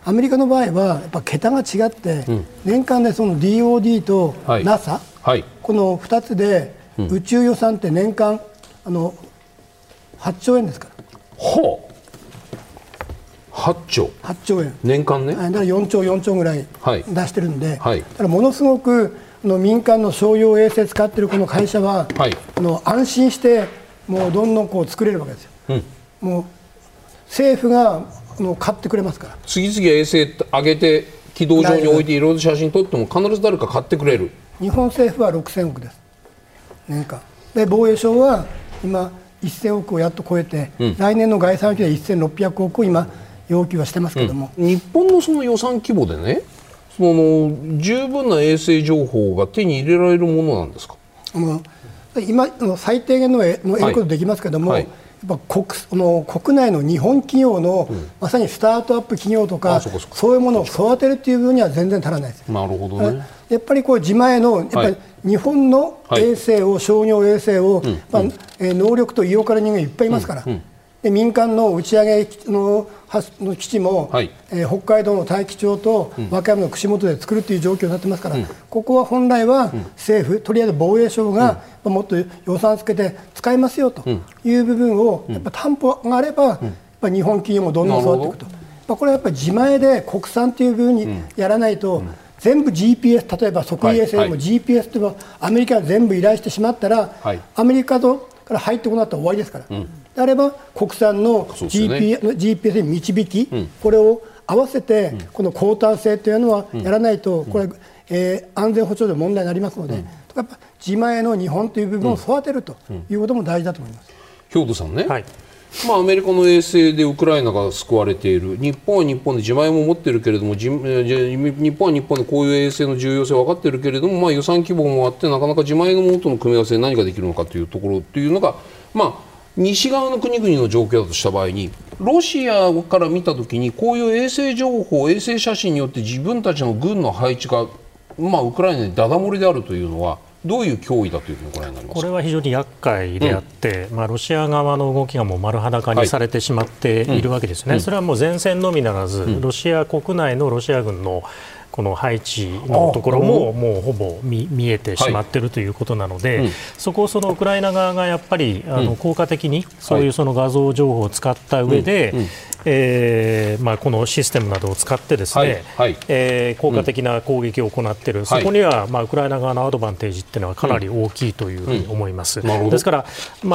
アメリカの場合はやっぱ桁が違って、年間でその DOD と NASA、この2つで宇宙予算って年間8兆円ですから。 ほう、8兆円年間ね。 だから4兆ぐらい出してるんで、だからものすごく民間の商用衛星使ってるこの会社は、安心してもうどんどんこう作れるわけですよ。もう政府が買ってくれますから。 次々衛星上げて軌道上に置いていろいろ写真撮っても必ず誰か買ってくれる。 日本政府は6000億です年間で、防衛省は今1000億をやっと超えて、来年の概算費で1600億を今要求はしてますけども、 日本のその予算規模でね、その十分な衛星情報が手に入れられるものなんですか？ 今最低限の得ることできますけども、やっぱ国内の日本企業の、まさにスタートアップ企業とか、そういうものを育てるという部分には全然足らないです。 なるほどね。 やっぱりこう自前のやっぱり日本の衛星を、商業衛星を、能力と意欲ある人間いっぱいいますから、で民間の打ち上げの基地も、北海道の大樹町と和歌山の串本で作るという状況になってますから、ここは本来は政府、とりあえず防衛省がもっと予算つけて使いますよという部分をやっぱ担保があれば、やっぱ日本企業もどんどん育っていくと。これはやっぱり自前で国産という部分にやらないと、全部 GPS、例えば測位衛星でも GPS というのはアメリカが全部依頼してしまったら、アメリカから入ってこなかったら終わりですから。であれば国産の GPS に導き、これを合わせてこの交換性というのはやらないと、これ、安全保障で問題になりますので、やっぱ自前の日本という部分を育てるということも大事だと思います。 兵頭さんね、アメリカの衛星でウクライナが救われている、日本は日本で自前も持っているけれども、日本は日本でこういう衛星の重要性分かっているけれども、予算規模もあってなかなか自前のものとの組み合わせで何ができるのかというところというのが、西側の国々の状況だとした場合に、ロシアから見たときにこういう衛星情報、衛星写真によって自分たちの軍の配置が、ウクライナにダダ漏れであるというのはどういう脅威だというふうにご覧になりますか？ これは非常に厄介であって、ロシア側の動きがもう丸裸にされてしまっているわけですね。それはもう前線のみならず、ロシア国内のロシア軍のこの配置のところももうほぼ見えてしまっているということなので、そこをそのウクライナ側がやっぱり効果的にそういうその画像情報を使った上で、このシステムなどを使ってですね、効果的な攻撃を行っている、そこにはウクライナ側のアドバンテージっていうのはかなり大きいというふうに思います。ですから、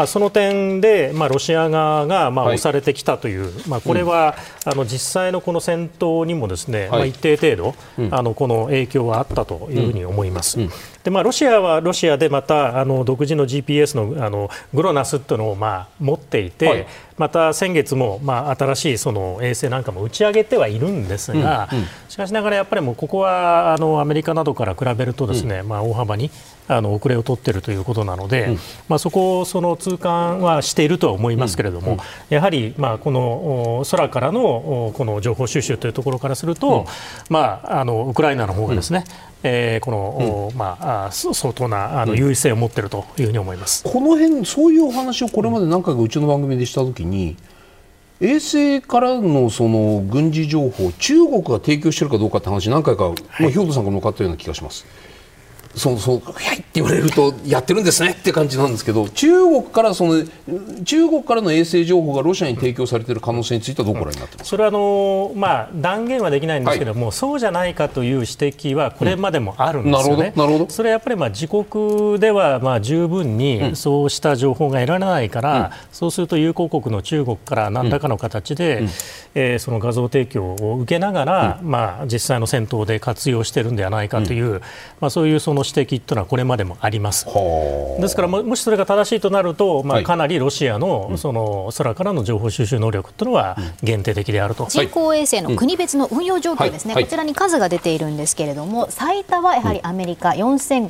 その点で、ロシア側が押されてきたという、これは実際のこの戦闘にもですね、一定程度この影響はあったというふうに思います。でロシアはロシアでまた独自の GPS のグロナスというのを持っていて、また先月も新しいその衛星なんかも打ち上げてはいるんですが、しかしながらやっぱりもうここはアメリカなどから比べるとですね、大幅に遅れを取っているということなので、そこをその痛感はしているとは思いますけれども、やはりこの空からのこの情報収集というところからすると、ウクライナの方がですね、この相当な優位性を持っているというふうに思います。 この辺、そういうお話をこれまで何回かうちの番組でしたときに、衛星からのその軍事情報、中国が提供しているかどうかって話、何回か、兵頭さんが向かったような気がします。はいって言われるとやってるんですねって感じなんですけど、中国からの衛星情報がロシアに提供されている可能性についてはどうご覧になってますか？ それは断言はできないんですけども、そうじゃないかという指摘はこれまでもあるんですよね。なるほど。それはやっぱり自国では十分にそうした情報が得られないから、そうすると友好国の中国から何らかの形で、その画像提供を受けながら、実際の戦闘で活用しているんではないかという、そういうその指摘というのはこれまでもあります。ですからもしそれが正しいとなると、かなりロシアのその空からの情報収集能力というのは限定的であると。 人工衛星の国別の運用状況ですね、こちらに数が出ているんですけれども、最多はやはりアメリカ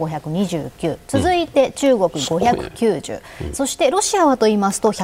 4529、続いて中国590、そしてロシアはと言いますと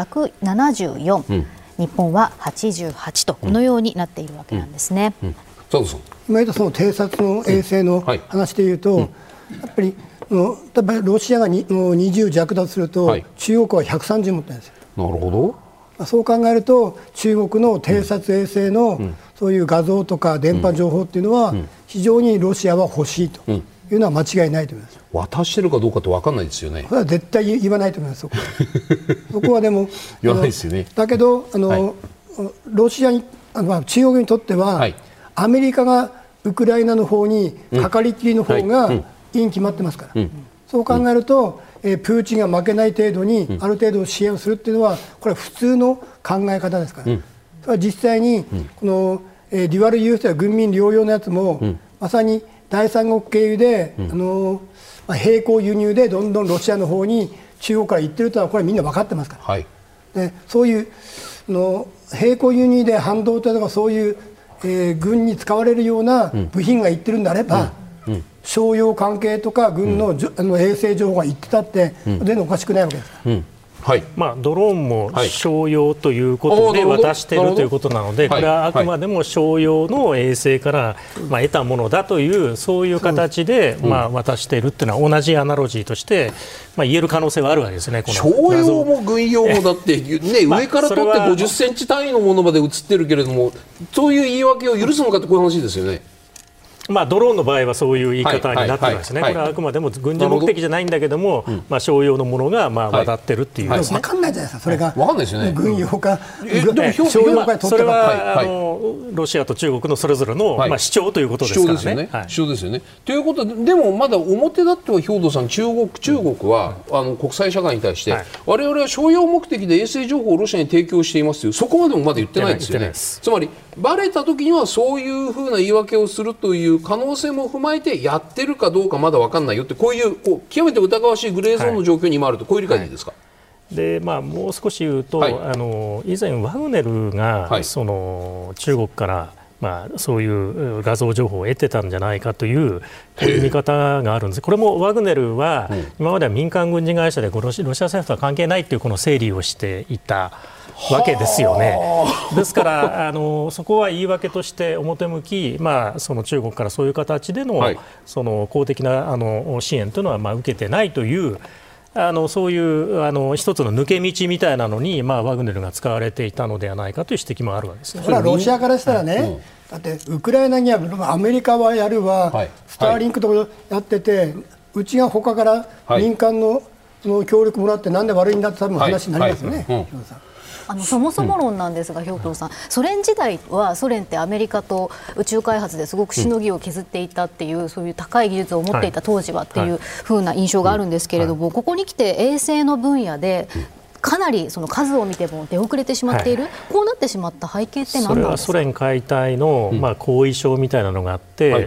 174、日本は88とこのようになっているわけなんですね。 佐藤さん、 今言ったその偵察の衛星の話でいうと、やっぱり例えばロシアが20弱だとすると、中国は130持ってるんですよ。 なるほど。 そう考えると中国の偵察衛星のそういう画像とか電波情報っていうのは非常にロシアは欲しいというのは間違いないと思います。 渡してるかどうかって分かんないですよね。 それは絶対言わないと思います。そこはでも言わないですよね。 だけどロシアに中国にとっては、アメリカがウクライナの方にかかりきりの方がいいに決まってますから、そう考えると、プーチンが負けない程度にある程度支援をするっていうのはこれは普通の考え方ですから、それは実際にこのデュアルユースや軍民両用のやつも、まさに第三国経由で並行輸入でどんどんロシアの方に中国から行ってるとはこれはみんな分かってますから、でそういう並行輸入で半導体とかそういう、軍に使われるような部品が行ってるんであれば、商用関係とか軍の、衛星情報が行ってたって全然おかしくないわけですから。 ドローンも商用ということで渡しているということなので、これはあくまでも商用の衛星から得たものだというそういう形で渡しているというのは同じアナロジーとして言える可能性はあるわけですね。 商用も軍用もだって、上から取って50センチ単位のものまで映ってるけれども、そういう言い訳を許すのかってこういう話ですよね。 ドローンの場合はそういう言い方になってますね。これはあくまでも軍事目的じゃないんだけども、商用のものが渡ってるっていうですね。 分かんないじゃないですか、それが。 分かんないですよね。 軍用か、 商用か取ってか。それはロシアと中国のそれぞれの主張ということですからね。 主張ですよね。ということで、でもまだ表立っては兵頭さん、中国は国際社会に対して、我々は商用目的で衛星情報をロシアに提供していますという、そこまでもまだ言ってないですよね。つまりバレた時にはそういうふうな言い訳をするという可能性も踏まえてやってるかどうかまだ分かんないよって、こういう極めて疑わしいグレーゾーンの状況に今あると、こういう理解でいいですか。 でもう少し言うと、以前ワグネルが、その中国からそういう画像情報を得てたんじゃないかというこういう見方があるんです。これもワグネルは今までは民間軍事会社でロシア政府とは関係ないというこの整理をしていたわけですよね。ですからそこは言い訳として表向き、その中国からそういう形での、その公的な支援というのは受けてないというそういう一つの抜け道みたいなのに、ワグネルが使われていたのではないかという指摘もあるわけですね。 それはロシアからしたらね、だってウクライナにはアメリカはやるわ、スターリンクとかやってて、うちが他から民間の協力もらってなんで悪いんだって多分話になりますよね。 そもそも論なんですが、兵頭さん、ソ連時代はソ連ってアメリカと宇宙開発ですごくしのぎを削っていたっていう、そういう高い技術を持っていた当時はっていう風な印象があるんですけれども、ここに来て衛星の分野でかなりその数を見ても出遅れてしまっている、こうなってしまった背景って何なんですか。 それはソ連解体の後遺症みたいなのがあって、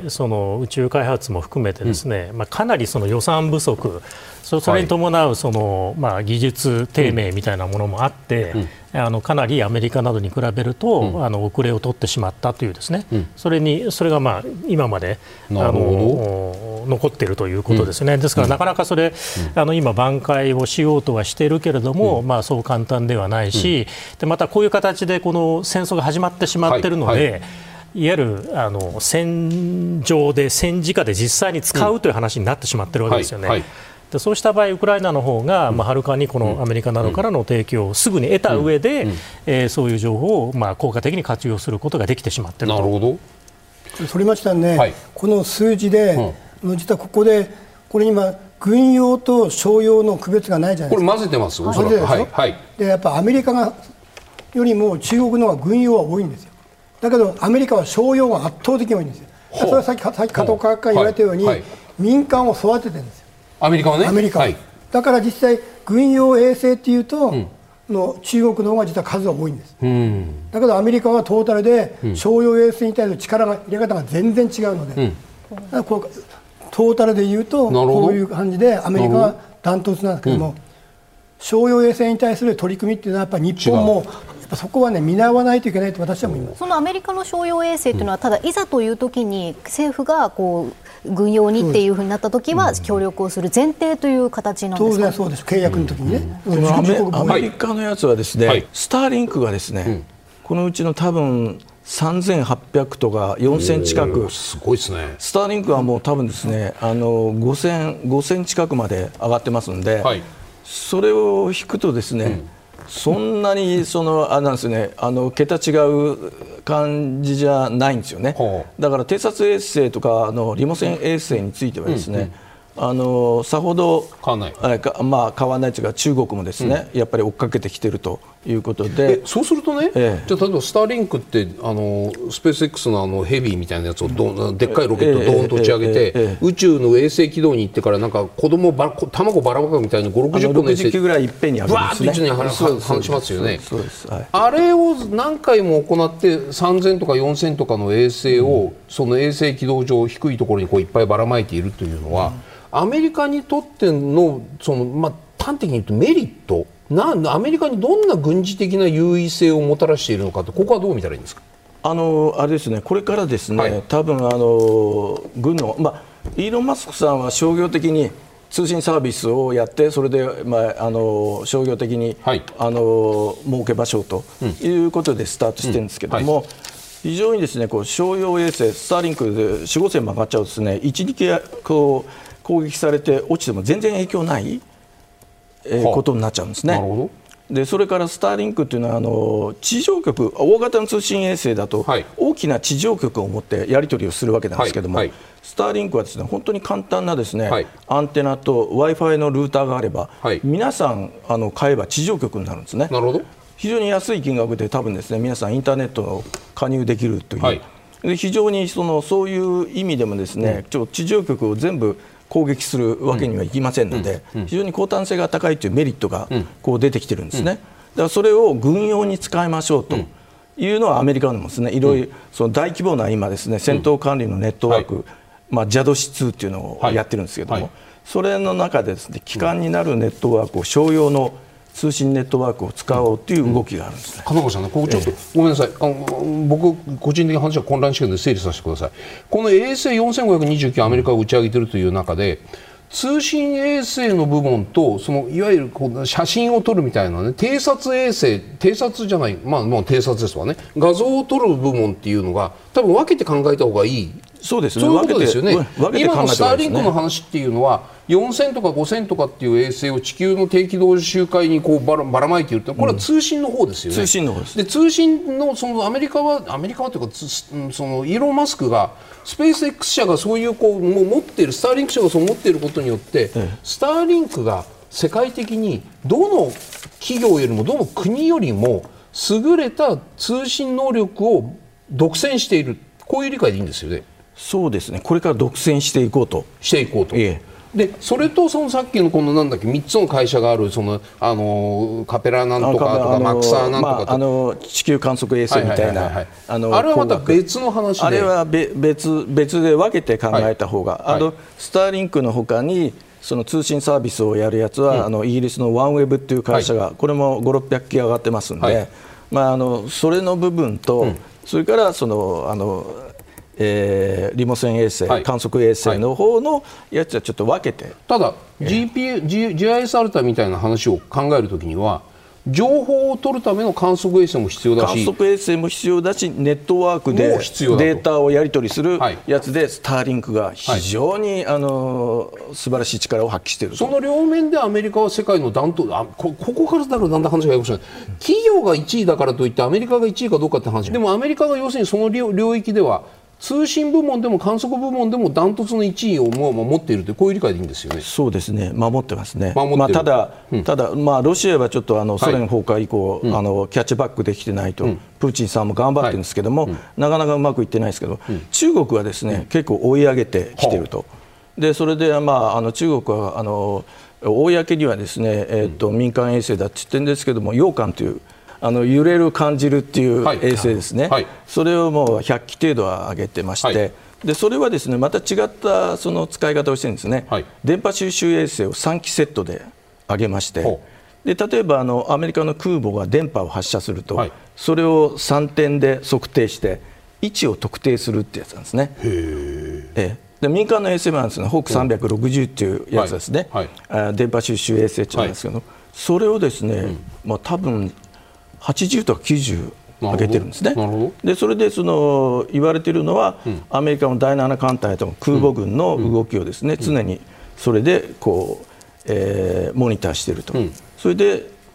その宇宙開発も含めてですね、かなりその予算不足、それに伴うその技術低迷みたいなものもあって、かなりアメリカなどに比べると遅れを取ってしまったというですね、それが今まで残っているということですね。ですからなかなかそれ今挽回をしようとはしているけれども、そう簡単ではないし、でまたこういう形でこの戦争が始まってしまっているので、いわゆる戦場で戦時下で実際に使うという話になってしまっているわけですよね。でそうした場合、ウクライナの方がはるかにこのアメリカなどからの提供をすぐに得た上で、そういう情報を効果的に活用することができてしまっていると。 なるほど。 反町さんね、この数字で、実はここでこれ今軍用と商用の区別がないじゃないですか。 これ混ぜてます、おそらく。 でやっぱアメリカがよりも中国の方が軍用は多いんですよ。だけどアメリカは商用が圧倒的に多いんですよ。それはさっき加藤科学が言われたように、民間を育ててるんですよ。 アメリカはね。 アメリカは、だから実際軍用衛星っていうと、中国の方が実は数が多いんです。だけどアメリカはトータルで商用衛星に対する力が入れ方が全然違うので、だからトータルで言うとこういう感じでアメリカはダントツなんですけども、商用衛星に対する取り組みっていうのはやっぱり日本もそこはね見習わないといけないと私は思います。 そのアメリカの商用衛星というのは、ただいざという時に政府が軍用にっていうふうになった時は協力をする前提という形なんですか。 当然そうです。契約の時にね、 アメリカのやつはですね、スターリンクがですね、このうちの多分3800とか4000近く、 すごいですね。 スターリンクはもう多分ですね5000近くまで上がってますんで、それを引くとですね、 そんなになんですね、桁違う感じじゃないんですよね。だから偵察衛星とかリモ線衛星についてはですね、さほど変わらないというか、中国もですね、やっぱり追っかけてきているということで、 そうするとね、じゃあ例えばスターリンクってスペース X のヘビーみたいなやつをでっかいロケットをドーンと打ち上げて、宇宙の衛星軌道に行ってから、なんか卵バラバカみたいに5、60個の衛星 60機ぐらいいっぺんに上げるんですね。 バーッと一度に放しますよね。あれを何回も行って3000とか4000とかの衛星を、その衛星軌道上低いところにいっぱいばらまいているというのは、アメリカにとっての端的に言うとメリット、アメリカにどんな軍事的な優位性をもたらしているのかと、ここはどう見たらいいんですか。あれですね、これからですね、多分軍の、イーロン・マスクさんは商業的に通信サービスをやって、それで、商業的に、儲けましょうということでスタートしてるんですけども、非常にですね、商用衛星スターリンクで4、5線曲がっちゃうとですね、1、2機攻撃されて落ちても全然影響ないことになっちゃうんですね。なるほど。でそれからスターリンクというのは地上局、大型の通信衛星だと大きな地上局を持ってやり取りをするわけなんですけども、スターリンクはですね、本当に簡単なですね、アンテナと Wi-Fi のルーターがあれば、皆さん買えば地上局になるんですね。なるほど。非常に安い金額で多分ですね、皆さんインターネットを加入できるという、で非常にそういう意味でもですね、地上局を全部攻撃するわけにはいきませんので、非常に高端性が高いというメリットが出てきてるんですね。だからそれを軍用に使いましょうというのはアメリカでもですね、いろいろ大規模な今ですね、戦闘管理のネットワーク、JADOS2というのをやってるんですけども、それの中でですね、基幹になるネットワークを商用の通信ネットワークを使おうという動きがあるんですね。 金子さんね、ここちょっと、ごめんなさい、僕個人的な話は混乱してるので整理させてください。この衛星4529アメリカが打ち上げているという中で、通信衛星の部門といわゆる写真を撮るみたいなね、偵察衛星、偵察じゃない、もう偵察ですわね、画像を撮る部門っていうのが多分分けて考えた方がいい。そうですね、そういうことですよね。今のスターリンクの話っていうのは4000とか5000とかっていう衛星を地球の低軌道周回にばらまいていると、これは通信の方ですよね。通信の方です。で通信のアメリカはというか、イーロン・マスクがスペース X 社がそういうもう持っている、スターリンク社がそう持っていることによって、スターリンクが世界的にどの企業よりもどの国よりも優れた通信能力を独占している、こういう理解でいいんですよね。 そうですね、これから独占していこうと。 でそれとさっきのなんだっけ、3つの会社があるカペラなんとかとかマクサーなんとかと地球観測衛星みたいな、 あれはまた別の話で、 あれは別で分けて考えた方が、スターリンクのほかに通信サービスをやるやつは、イギリスのワンウェブという会社が、これも5、600機上がってますんで、それの部分と、それからリモ線衛星、観測衛星の方のやつはちょっと分けて、 ただ GIS アルタみたいな話を考えるときには、情報を取るための観測衛星も必要だし、 観測衛星も必要だし、ネットワークでデータをやり取りするやつで、スターリンクが非常に素晴らしい力を発揮している。 その両面でアメリカは世界のダント、ここからだろう、だんだん話がよくしない。企業が1位だからといってアメリカが1位かどうかって話でも、アメリカが要するにその領域では通信部門でも観測部門でもダントツの1位を持っているという、こういう理解でいいんですよね。 そうですね、守ってますね。ただ、ロシアはちょっとソ連崩壊以降、キャッチバックできてないと、プーチンさんも頑張ってるんですけども、なかなかうまくいってないですけど、中国はですね、結構追い上げてきていると。でそれで、中国は公にはですね、民間衛星だって言ってるんですけども、陽間という揺れる感じるっていう衛星ですね、それをもう100機程度は上げてまして、でそれはですね、また違った使い方をしてるんですね。電波収集衛星を3機セットで上げまして、で例えばアメリカの空母が電波を発射すると、それを3点で測定して位置を特定するってやつなんですね。で民間の衛星なんですね、ホーク360っていうやつですね、電波収集衛星ってなんですけど、それをですね、多分80とか90上げてるんですね。でそれで言われているのは、アメリカの第7艦隊と空母軍の動きをですね、常にそれでモニターしていると、それで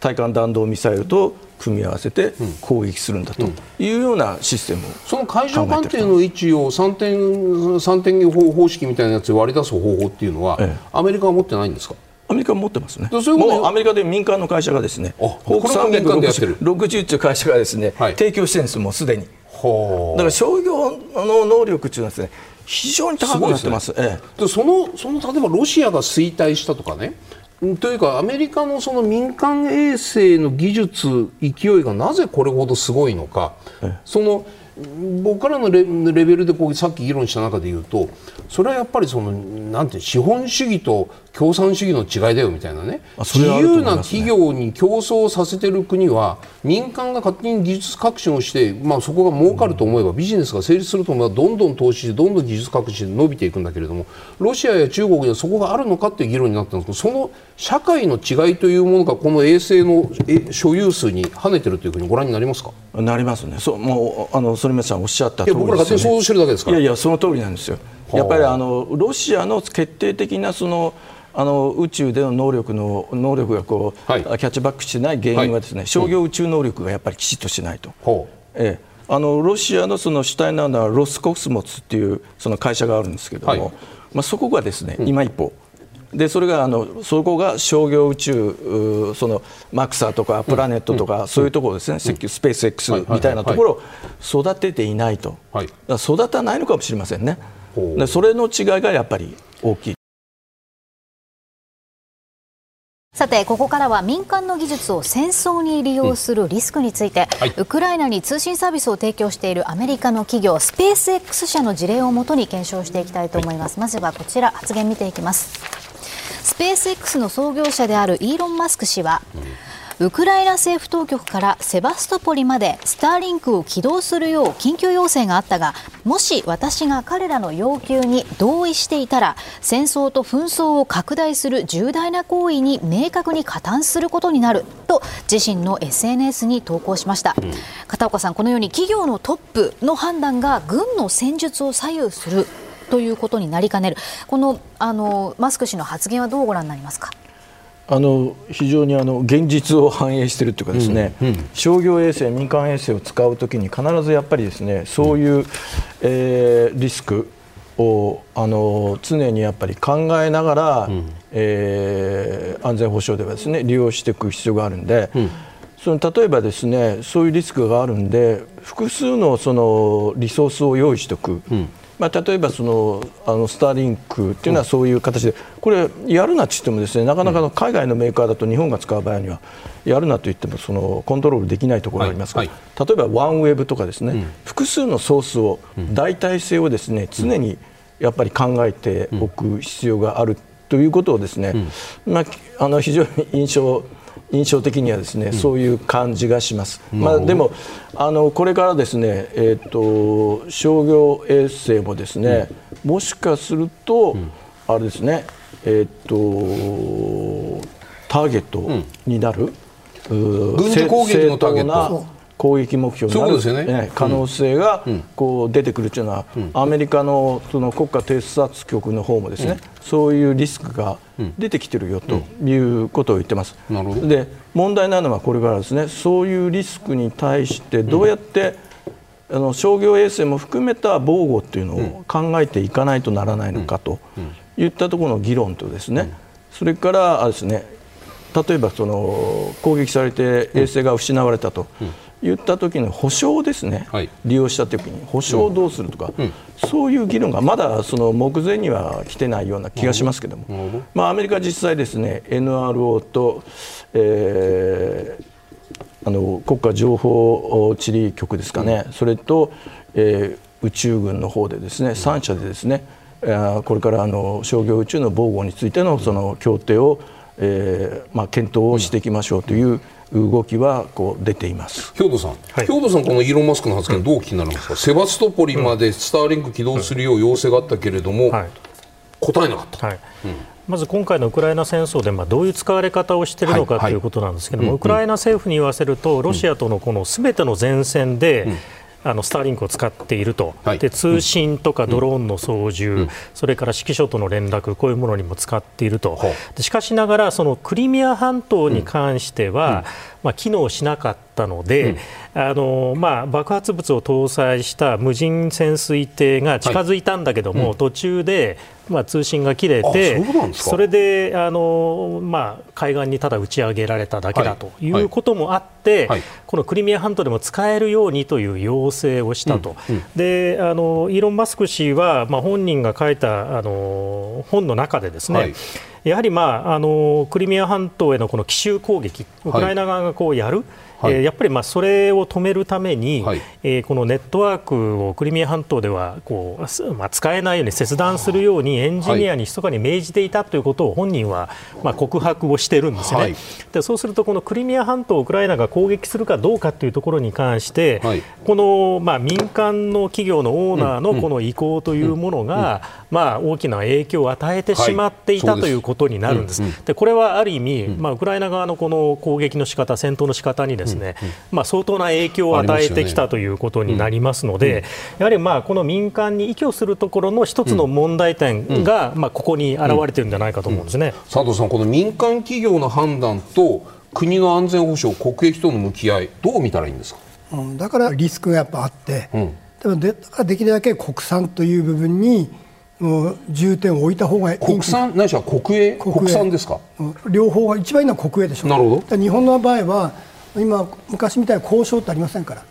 対艦弾道ミサイルと組み合わせて攻撃するんだというようなシステムを、 その海上艦艇の位置を3点方式みたいなやつで割り出す方法っていうのは、アメリカは持ってないんですか？ アメリカも持ってますね。 そういうこともうアメリカで民間の会社がですね、ホーク360という会社がですね、提供してるんです。もうすでに。だから商業の能力というのはですね、非常に高くなってます。 でその例えばロシアが衰退したとかね、というかアメリカのその民間衛星の技術勢いがなぜこれほどすごいのか、その僕らのレベルでさっき議論した中で言うと、それはやっぱりなんて資本主義と共産主義の違いだよみたいなね、自由な企業に競争させている国は民間が勝手に技術革新をして、そこが儲かると思えばビジネスが成立すると思えばどんどん投資してどんどん技術革新で伸びていくんだけれども、ロシアや中国にはそこがあるのかという議論になったんですけど、その社会の違いというものがこの衛星の所有数に跳ねてるというふうにご覧になりますか？ なりますね。もう反町さんおっしゃった通りですよね。 僕ら勝手に想像してるだけですから。 いやその通りなんですよ。やっぱりロシアの決定的な宇宙での能力がキャッチバックしてない原因はですね、商業宇宙能力がやっぱりきちっとしてないと。ロシアの主体なのはロスコスモスっていうその会社があるんですけども、そこがですね、今一歩でそこが商業宇宙マクサとかプラネットとか、そういうところですね、スペース X みたいなところを育てていないと、育たないのかもしれませんね。でそれの違いがやっぱり大きい。 さてここからは民間の技術を戦争に利用するリスクについて、ウクライナに通信サービスを提供しているアメリカの企業スペース X 社の事例をもとに検証していきたいと思います。まずはこちら発言見ていきます。スペース X の創業者であるイーロン・マスク氏は、ウクライナ政府当局からセバストポリまでスターリンクを起動するよう緊急要請があったが、もし私が彼らの要求に同意していたら戦争と紛争を拡大する重大な行為に明確に加担することになると自身の SNS に投稿しました。片岡さん、このように企業のトップの判断が軍の戦術を左右するということになりかねる。このマスク氏の発言はどうご覧になりますか？ 非常に現実を反映しているというかですね、商業衛星、民間衛星を使うときに必ずやっぱりですね、そういう、リスクを常にやっぱり考えながら、安全保障ではですね利用していく必要があるんで、例えばですねそういうリスクがあるんで複数のリソースを用意しておく。例えばスターリンクっていうのはそういう形で、これやるなと言ってもですね、なかなか海外のメーカーだと日本が使う場合にはやるなと言ってもコントロールできないところがありますから、例えばワンウェブとかですね、複数のソースを代替性をですね常にやっぱり考えておく必要があるということをですね、非常に印象的にはですね、そういう感じがします。でもこれからですね、商業衛星もですね、もしかすると、あれですね、ターゲットになる、 軍事攻撃のターゲット、 攻撃目標になる可能性が出てくるというのは、アメリカの国家偵察局の方もですね、そういうリスクが出てきているよということを言ってます。で、問題なのはこれからですね、そういうリスクに対してどうやって商業衛星も含めた防護というのを考えていかないとならないのかといったところの議論とですね、それからですね、例えば攻撃されて衛星が失われたと言った時の保証ですね、利用した時に保証をどうするとか、そういう議論がまだ目前には来てないような気がしますけども、アメリカ実際ですね NRO と、国家情報地理局ですかね、それと、宇宙軍の方でですね3社でですね、これから商業宇宙の防護についての協定を、検討をしていきましょうという動きは出ています。 兵頭さん、このイーロン・マスクの発言どう気になりますか？セバストポリまでスターリンク起動するよう要請があったけれども、答えなかった。 まず今回のウクライナ戦争でどういう使われ方をしているのかということなんですけども、ウクライナ政府に言わせるとロシアとのこの全ての前線でスターリンクを使っていると、 はい、 で通信とかドローンの操縦、それから指揮所との連絡、こういうものにも使っていると。でしかしながら、そのクリミア半島に関しては、機能しなかったので、爆発物を搭載した無人潜水艇が近づいたんだけども、途中で通信が切れて、それで海岸にただ打ち上げられただけだということもあって、このクリミア半島でも使えるようにという要請をしたと。でイーロン・マスク氏は、本人が書いた本の中でですね、やはり、クリミア半島へのこの奇襲攻撃、ウクライナ側がこうやる、やっぱりそれを止めるために、このネットワークをクリミア半島ではこう、使えないように切断するようにエンジニアに密かに命じていたということを本人は告白をしているんですね。でそうすると、このクリミア半島をウクライナが攻撃するかどうかというところに関して、この民間の企業のオーナーのこの意向というものが大きな影響を与えてしまっていたということになるんです。でこれはある意味、ウクライナ側のこの攻撃の仕方、戦闘の仕方にですね、相当な影響を与えてきたということになりますので、やはりこの民間に依拠するところの一つの問題点がここに現れているんじゃないかと思うんですね。 佐藤さん、この民間企業の判断と国の安全保障、国益との向き合い、どう見たらいいんですか？ だからリスクがやっぱあって、できるだけ国産という部分に重点を置いた方がいい。 国産ないしは国営、国産ですか？ 両方が一番いいのは国営でしょう。 なるほど。 日本の場合は今昔みたいな交渉ってありませんから。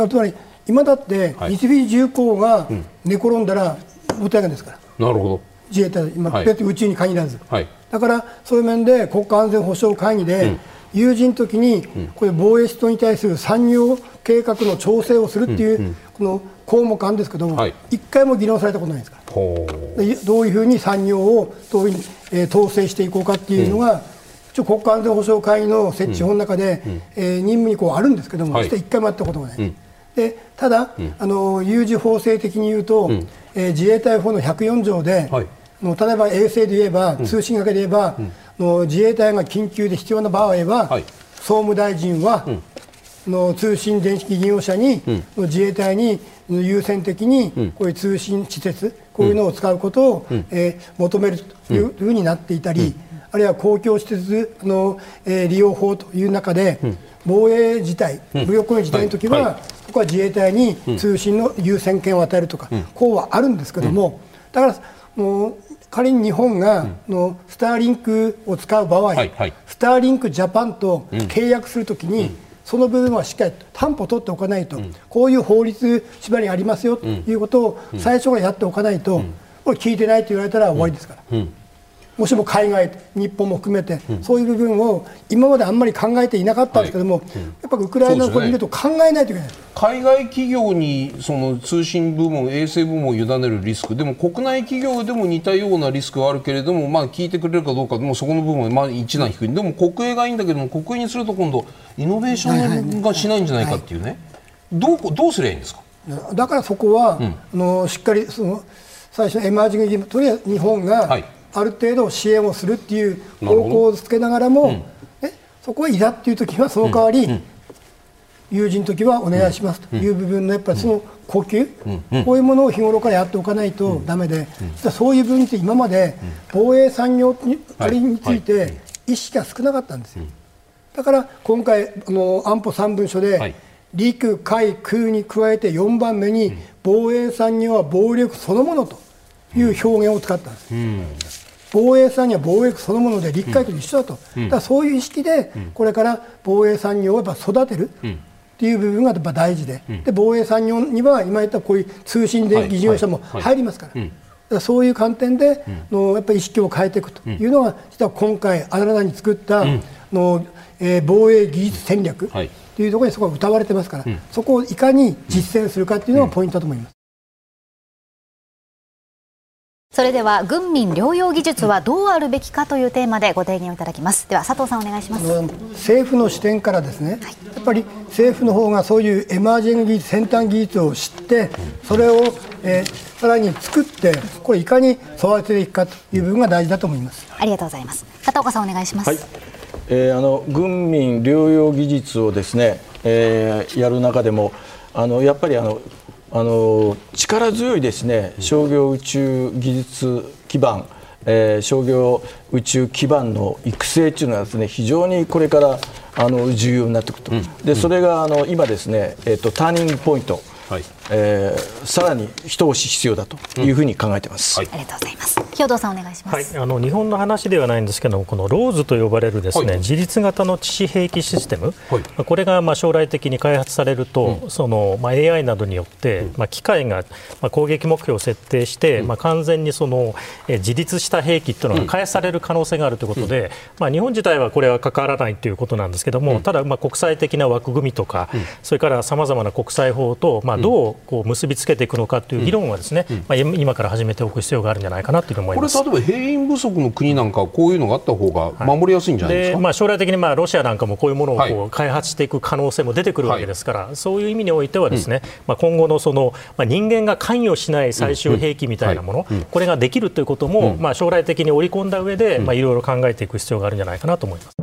つまり今だって三菱重工が寝転んだらお手上げですから。 なるほど。 自衛隊、別に宇宙に限らず、だからそういう面で国家安全保障会議で、有事の時にこれ防衛出動に対する産業計画の調整をするっていうこの項目あるんですけども、一回も議論されたことないですから。どういうふうに産業をどういうふうに統制していこうかっていうのが、国家安全保障会議の設置法の中で任務にこうあるんですけども、一回もやったことがない。でただ、有事法制的に言うと、自衛隊法の104条で、例えば衛星で言えば、通信掛けで言えば、自衛隊が緊急で必要な場合は、総務大臣は、通信電子機業者に、自衛隊に優先的にこういう通信施設、こういうのを使うことを、求めるというふうになっていたり、あるいは公共施設の、利用法という中で、防衛事態、武力攻撃事態の時は、ここは自衛隊に通信の優先権を与えるとか、こうはあるんですけども、だから仮に日本がスターリンクを使う場合、スターリンクジャパンと契約するときに、その部分はしっかり担保を取っておかないと、こういう法律縛りがありますよということを最初からやっておかないと、これ聞いてないと言われたら終わりですから。もしも海外、日本も含めて、そういう部分を今まであんまり考えていなかったんですけども、やっぱりウクライナの方を見ると考えないといけない。 海外企業にその通信部門、衛星部門を委ねるリスク、でも国内企業でも似たようなリスクはあるけれども、聞いてくれるかどうか、もそこの部分は一段低い。でも国営がいいんだけども、国営にすると今度イノベーションがしないんじゃないかっていうね、どうすればいいんですか？ だからそこは、しっかり最初のエマージング技術、とりあえず日本が、ある程度支援をするっていう方向をつけながらも、そこはいざっていうときはその代わり、有事のときはお願いしますという部分のやっぱりその呼吸、こういうものを日頃からやっておかないとダメで、そういう部分って今まで防衛産業について意識が少なかったんですよ。だから今回安保3文書で、陸海空に加えて4番目に防衛産業は防衛力そのものという表現を使ったんです。防衛産業は防衛力そのもので陸海空と一緒だと、だからそういう意識でこれから防衛産業をやっぱ育てるっていう部分がやっぱ大事で、防衛産業には今言ったこういう通信電気事業者も入りますから、だからそういう観点でやっぱり意識を変えていくというのが、実は今回新たに作った防衛技術戦略というところにそこが謳われてますから、そこをいかに実践するかというのがポイントだと思います。 それでは軍民両用技術はどうあるべきかというテーマでご提言をいただきます。では佐藤さんお願いします。 政府の視点からですね、やっぱり政府の方がそういうエマージング技術、先端技術を知ってそれを、さらに作ってこれいかに育てていくかという部分が大事だと思います。 ありがとうございます。片岡さんお願いします。 軍民両用技術をですね、 やる中でもやっぱり力強いですね、商業宇宙技術基盤、商業宇宙基盤の育成というのはですね、非常にこれから重要になってくると、でそれが今ですね、ターニングポイント、はい、さらに一押し必要だというふうに考えています、 ありがとうございます。兵頭さんお願いします。 はい、日本の話ではないんですけど、このローズと呼ばれるですね、自律型の致死兵器システム、これが将来的に開発されると、AI などによって、機械が攻撃目標を設定して、完全に自立した兵器というのが開発される可能性があるということで、日本自体はこれは関わらないということなんですけども、ただ国際的な枠組みとか、それからさまざまな国際法と、どう結びつけていくのかという議論はですね、今から始めておく必要があるんじゃないかなというふうに思います。 これ例えば兵員不足の国なんかはこういうのがあった方が守りやすいんじゃないですか。 で将来的にロシアなんかもこういうものを開発していく可能性も出てくるわけですから、そういう意味においてはですね、今後の人間が関与しない最終兵器みたいなもの、これができるということも将来的に織り込んだ上でいろいろ考えていく必要があるんじゃないかなと思います。